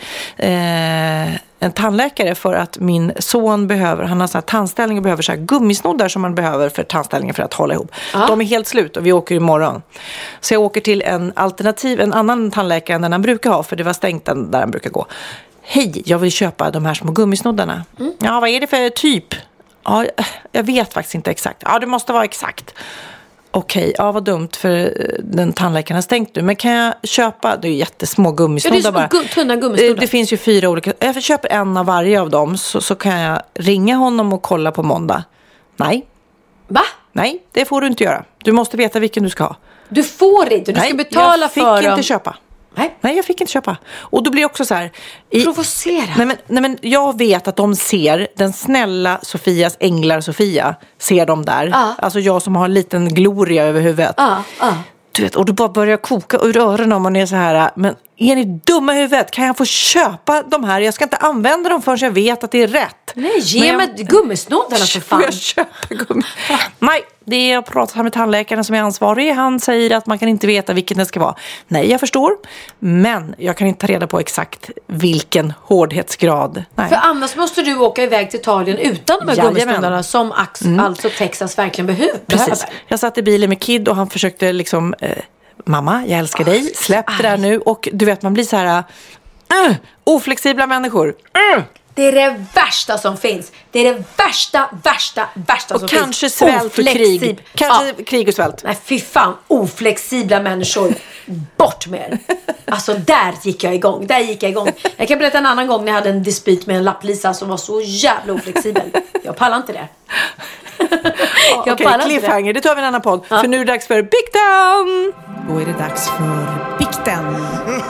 E: en tandläkare för att min son han har sån här tandställning och behöver så här gummisnoddar som man behöver för tandställningen för att hålla ihop. De är helt slut och vi åker imorgon. Så jag åker till en annan tandläkare än den han brukar ha, för det var stängt där han brukar gå. Hej, jag vill köpa de här små gummisnoddarna. Ja, vad är det för typ? Ja, jag vet faktiskt inte exakt. Ja, det måste vara exakt. Okej, ja vad dumt för den tandläkaren har stängt nu. Men kan jag köpa, det är jättesmå gummisnoddar bara.
F: Tunna gummisnoddar.
E: Det finns ju 4 olika. Jag köper en av varje av dem så kan jag ringa honom och kolla på måndag. Nej.
F: Va?
E: Nej, det får du inte göra. Du måste veta vilken du ska ha.
F: Du får inte, du ska betala för dem.
E: Jag fick inte köpa. Nej, jag fick inte köpa. Och då blir det också så här.
F: Provocera.
E: Nej, men jag vet att de ser den snälla Sofias änglar Sofia. Ser de där. Alltså jag som har en liten gloria över huvudet. Du vet, och du bara börjar koka ur öronen om man är så här. Men är ni dumma i huvudet? Kan jag få köpa de här? Jag ska inte använda dem förrän jag vet att det är rätt.
F: Nej, ge mig gummisnoddarna för fan.
E: Jag köper Nej, det är jag pratar med tandläkaren som är ansvarig. Han säger att man kan inte veta vilken det ska vara. Nej, jag förstår. Men jag kan inte ta reda på exakt vilken hårdhetsgrad. Nej.
F: För annars måste du åka iväg till Italien utan de här gummisnoddarna som alltså Texas verkligen behöver.
E: Precis. Jag satt i bilen med Kid och han försökte liksom mamma, jag älskar dig. Släpp det där nu. Och du vet, man blir så här oflexibla människor.
F: Det är det värsta som finns. Det är det värsta som finns.
E: Och kanske svält och krig. Kanske krig och svält.
F: Nej, fy fan. Oflexibla människor. Bort med er. Alltså, där gick jag igång. Jag kan berätta en annan gång när jag hade en dispyt med en lapplisa som var så jävla oflexibel. Jag pallar inte det.
E: Okej, cliffhanger. Det tar vi en annan podd. För nu är det dags för Bikten. Då är det dags för Bikten.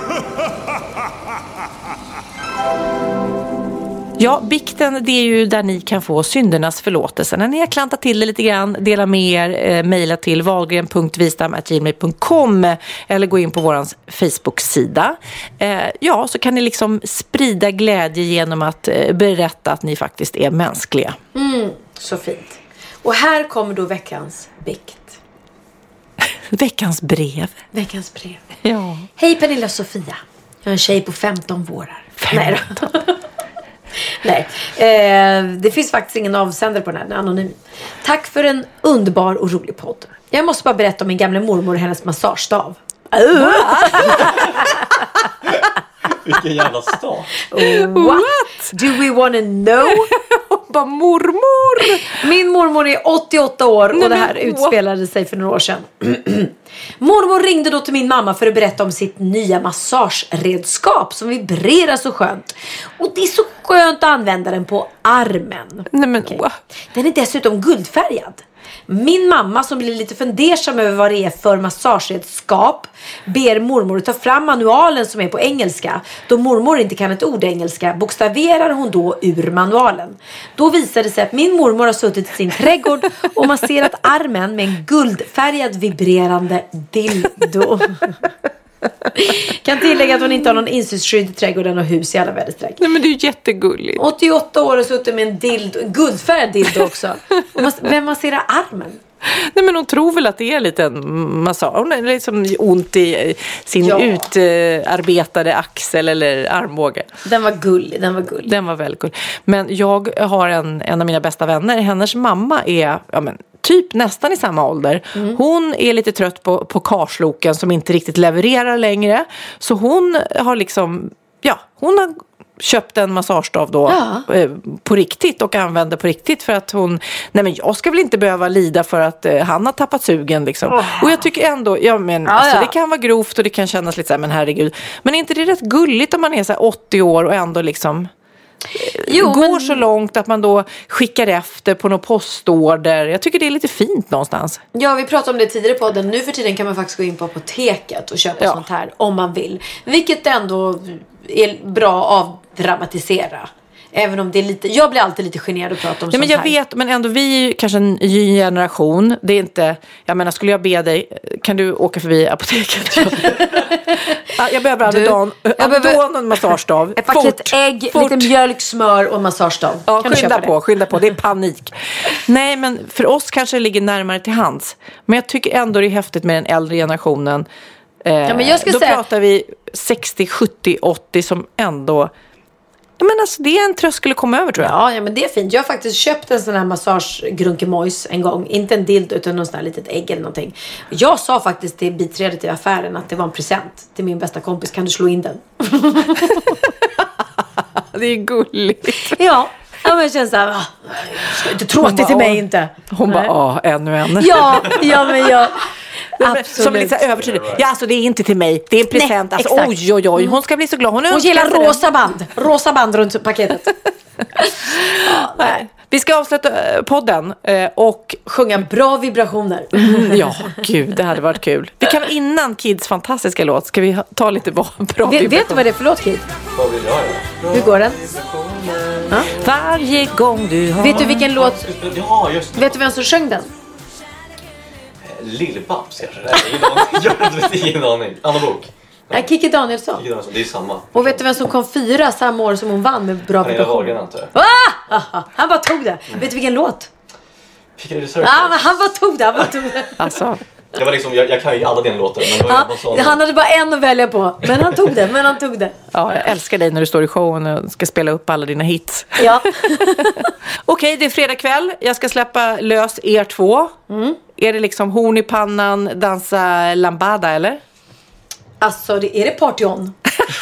E: Ja, bikten, det är ju där ni kan få syndernas förlåtelse. När ni har klantat till det lite grann, dela med er, mejla till wahlgren.vistam@gmail.com eller gå in på vår Facebook-sida. Ja, så kan ni liksom sprida glädje genom att berätta att ni faktiskt är mänskliga.
F: Så fint. Och här kommer då veckans bikt.
E: Veckans brev.
F: Ja. Hej Pernilla och Sofia. Jag är en tjej på 15 vårar.
E: 15?
F: Nej, det finns faktiskt ingen avsändare på den här, den är anonym. Tack för en underbar och rolig podd. Jag måste bara berätta om min gamla mormor och hennes massagestav.
G: Vilken jävla stav.
F: What? Do we wanna know?
E: Bara mormor.
F: Min mormor är 88 år och det här utspelade sig för några år sedan. Mormor ringde då till min mamma för att berätta om sitt nya massageredskap som vibrerar så skönt. Och det är så skönt att använda den på armen. Den är dessutom guldfärgad. Min mamma, som blir lite fundersam över vad det är för massageredskap, ber mormor att ta fram manualen som är på engelska. Då mormor inte kan ett ord engelska bokstaverar hon då ur manualen. Då visar det sig att min mormor har suttit i sin trädgård och masserat armen med en guldfärgad vibrerande dildo. Kan tillägga att hon inte har någon insynsskydd i trädgården och hus i alla väderstreck.
E: Nej, men det är ju jättegulligt.
F: 88 år och suttit med en guldfärgad dildo också. Och vem masserar armen?
E: Nej, men hon tror väl att det är lite en massage. Hon är liksom ont i sin utarbetade axel eller armbåge.
F: Den var gullig.
E: Den var väldigt gullig. Men jag har en av mina bästa vänner. Hennes mamma är typ nästan i samma ålder. Hon är lite trött på karsloken som inte riktigt levererar längre. Så hon har liksom, hon har köpt en massagestav då på riktigt och använder på riktigt för att hon, nej men jag ska väl inte behöva lida för att han har tappat sugen liksom. Och jag tycker ändå, alltså, det kan vara grovt och det kan kännas lite så här, men herregud. Men är inte det rätt gulligt om man är så här 80 år och ändå liksom går så långt att man då skickar efter på någon postorder. Jag tycker det är lite fint någonstans.
F: Ja, vi pratade om det tidigare på den. Nu för tiden kan man faktiskt gå in på apoteket och köpa sånt här om man vill. Vilket ändå är bra att avdramatisera. Även om det är lite, jag blir alltid lite generad att prata om sånt
E: men jag vet, men ändå vi är kanske en ny generation. Det är inte, jag menar, skulle jag be dig, kan du åka förbi apoteket? Jag behöver Alvedon och en massagestav.
F: Ett paket ägg, lite mjölk, smör och en massagestav.
E: Ja, skynda på, det är panik. Nej, men för oss kanske det ligger närmare till hands. Men jag tycker ändå det är häftigt med den äldre generationen.
F: Men jag ska
E: då
F: säga,
E: pratar vi 60, 70, 80 som ändå... Men alltså det är en tröskel att komma över, tror jag.
F: Ja, men det är fint. Jag har faktiskt köpt en sån här massagegrunkemojs en gång. Inte en dildo utan någon sån här litet ägg eller någonting. Jag sa faktiskt till biträdet i affären att det var en present till min bästa kompis. Kan du slå in den?
E: Det är gulligt.
F: Ja, men jag känner så här, jag ska inte tro att det är till mig inte.
E: Hon bara, ännu en.
F: Ja, men jag... Absolut.
E: Som lite övertydlig. Ja, alltså det är inte till mig. Det är en present.
F: Nej,
E: alltså, oj. Hon ska bli så glad. Hon
F: gillar rosa band runt paketet.
E: Nej. Vi ska avsluta podden och
F: sjunga bra vibrationer.
E: Ja, gud, det hade varit kul. Vi kan innan Kids fantastiska låt, ska vi ta lite bra vibrationer.
F: Vet du vad det är för låt, Kid?
G: Vad vill jag göra?
F: Hur går den?
E: Varje gång du har...
F: Vet du vilken låt?
G: Ja, just det.
F: Vet du vem som sjöng den?
G: Lill-Babs kanske? Jag har ingen aning. Anna Bok.
F: Nej, Kikki Danielsson.
G: Det är samma.
F: Och vet du vem som kom 4 samma år som hon vann med bra
G: vibrationer?
F: Han bara tog det. Vet du vilken låt?
G: Men
F: han bara tog det.
E: Alltså.
G: Det var liksom, jag kan ju alla dina låtar. Men
F: han hade bara en att välja på. Men han tog det.
E: Ja, jag älskar dig när du står i showen och ska spela upp alla dina hits.
F: Ja.
E: Okej, det är fredag kväll. Jag ska släppa lös er 2. Är det liksom horn i pannan, dansa lambada, eller?
F: Alltså, är det party on?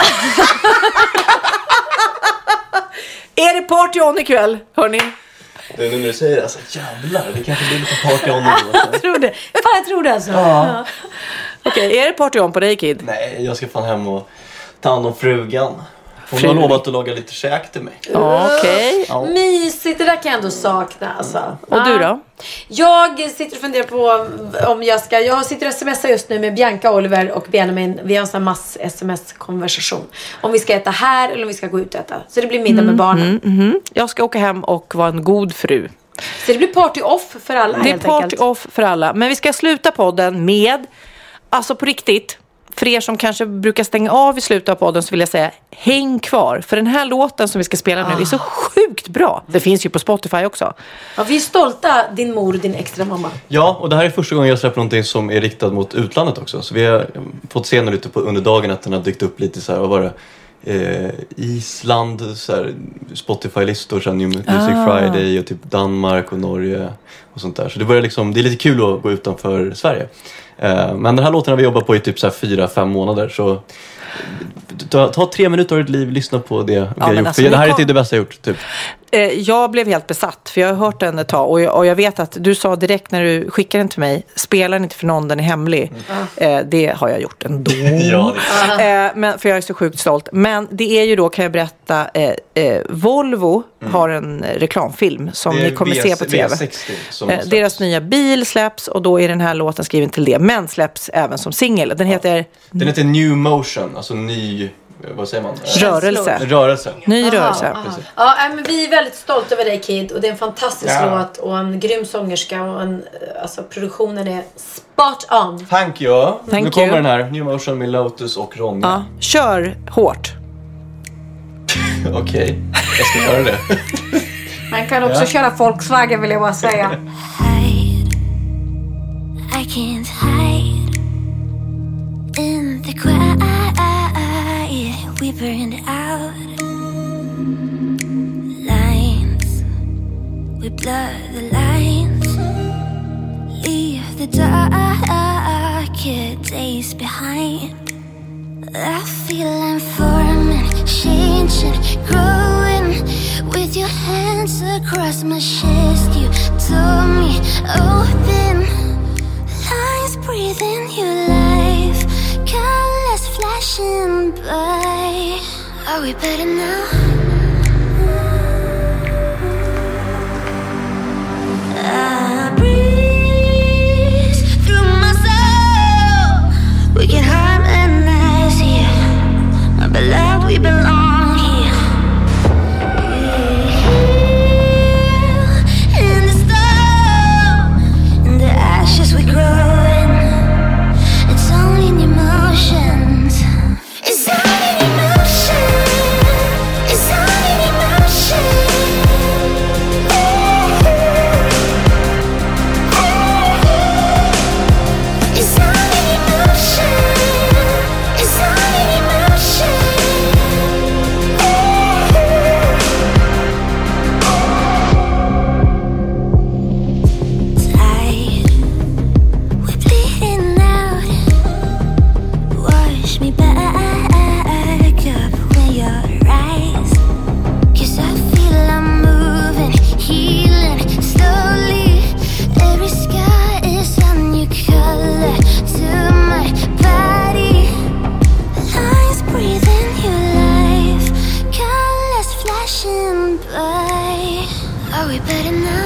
E: Är det party on ikväll, hörni?
G: Det är nu när du säger det, alltså, jävlar, det kanske blir lite party on.
F: Jag tror det alltså.
G: Ja.
E: Okej, är det party on på dig, Kid?
G: Nej, jag ska fan hem och ta hand om frugan. Hon har lovat att laga lite käk till mig.
E: Okej.
F: Ja. Mysigt, det där kan jag ändå sakna alltså.
E: Och du då?
F: Jag sitter och funderar på om jag sitter och smsar just nu med Bianca, Oliver och Benjamin. Vi har en sån här mass-sms-konversation. Om vi ska äta här eller om vi ska gå ut och äta. Så det blir middag med barnen.
E: Jag ska åka hem och vara en god fru.
F: Så det blir party off för alla,
E: helt enkelt. Det är party off för alla. Men vi ska sluta podden med, alltså på riktigt, för er som kanske brukar stänga av i slutet av podden, så vill jag säga, häng kvar. För den här låten som vi ska spela nu är så sjukt bra. Det finns ju på Spotify också.
F: Ja, vi är stolta, din mor och din extra mamma.
G: Ja, och det här är första gången jag släpper någonting som är riktat mot utlandet också. Så vi har fått se nu ute under dagen att den har dykt upp lite så här, vad var det? Island, så här, Spotify-listor, sen Music Friday och typ Danmark och Norge och sånt där. Så det börjar liksom, det är lite kul att gå utanför Sverige. Men den här låten har vi jobbat på i typ så här 4-5 månader, så ta 3 minuter av ditt liv, lyssna på det vi har gjort. Alltså, för det här är det bästa jag gjort typ.
E: Jag blev helt besatt, för jag har hört den ett tag och jag vet att du sa direkt när du skickade den till mig, spela den inte för någon, den är hemlig. Det har jag gjort ändå. Men, för jag är så sjukt stolt. Men det är ju då, kan jag berätta, Volvo har en reklamfilm som ni kommer se på TV. Deras nya bil släpps och då är den här låten skriven till det, men släpps även som singel. Den heter
G: New Motion, alltså ny... Vad säger man?
E: Rörelse. Ny rörelse.
F: Ja, men vi är väldigt stolta över dig, Kid. Och det är en fantastisk låt och en grym sångerska. Och alltså, produktionen är spot on.
G: Thank you. Nu kommer den här. New Motion med Lotus och Ronja.
E: Ja, kör hårt.
G: Okej, jag ska göra det.
F: Man kan också köra Volkswagen, vill jag bara säga.
N: Hide. I can't hide in the quiet. We burned out lines. We blur the lines. leave the darker days behind. I feel I'm forming, changing, growing. With your hands across my chest, you told me open lines, breathing your life, colors flashing by. Are we better now? I breathe through my soul. We can harmonize here. My beloved, we belong here. In the storm, in the ashes we grow in. It's only in emotions. It's only in emotion. It's only in emotion. It's only in emotion. It's only in emotion. Tired, we're bleeding out. Wash me back up when your eyes. 'Cause I feel I'm moving, healing slowly. Every scar is a new color to my body. Lines breathing your life, colors flashing by. Are we better now?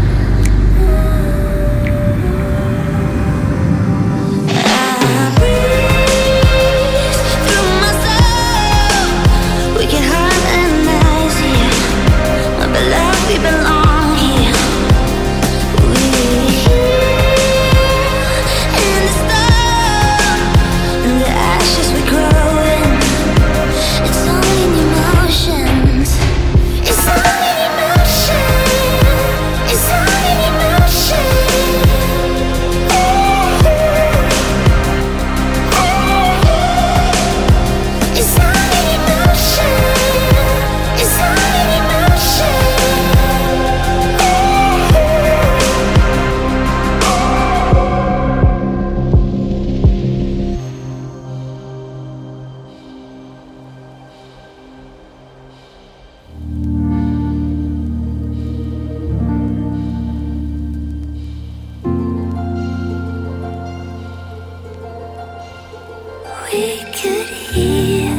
N: I breathe through my soul. We can harmonize here. My beloved, we belong here. We heal in the storm, in the ashes we grow in. It's only in emotions. It's only in emotion. It's only in emotion. It's only in emotion. It's only in emotion. We could hear.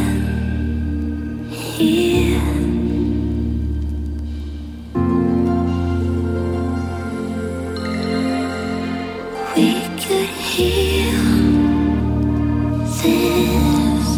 N: We could heal this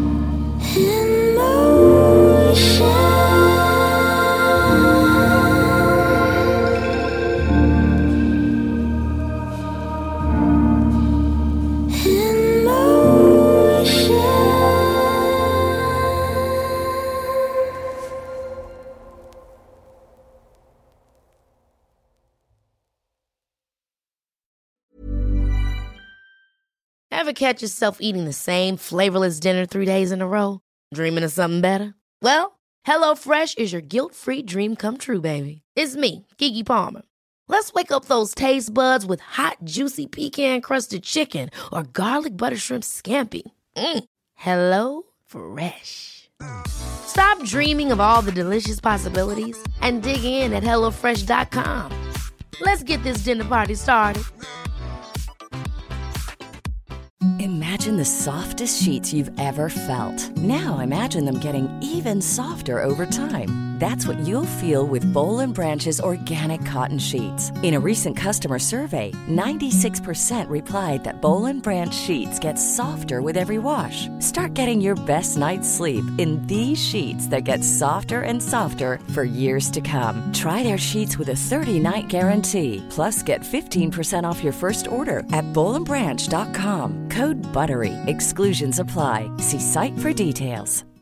O: Ever catch yourself eating the same flavorless dinner 3 days in a row? Dreaming of something better? Well, HelloFresh is your guilt-free dream come true, baby. It's me, Keke Palmer. Let's wake up those taste buds with hot, juicy pecan-crusted chicken or garlic butter shrimp scampi. Hello Fresh. Stop dreaming of all the delicious possibilities and dig in at HelloFresh.com. Let's get this dinner party started.
P: Imagine the softest sheets you've ever felt. Now imagine them getting even softer over time. That's what you'll feel with Boll & Branch's organic cotton sheets. In a recent customer survey, 96% replied that Boll & Branch sheets get softer with every wash. Start getting your best night's sleep in these sheets that get softer and softer for years to come. Try their sheets with a 30-night guarantee. Plus, get 15% off your first order at bollandbranch.com. Code BUTTERY. Exclusions apply. See site for details.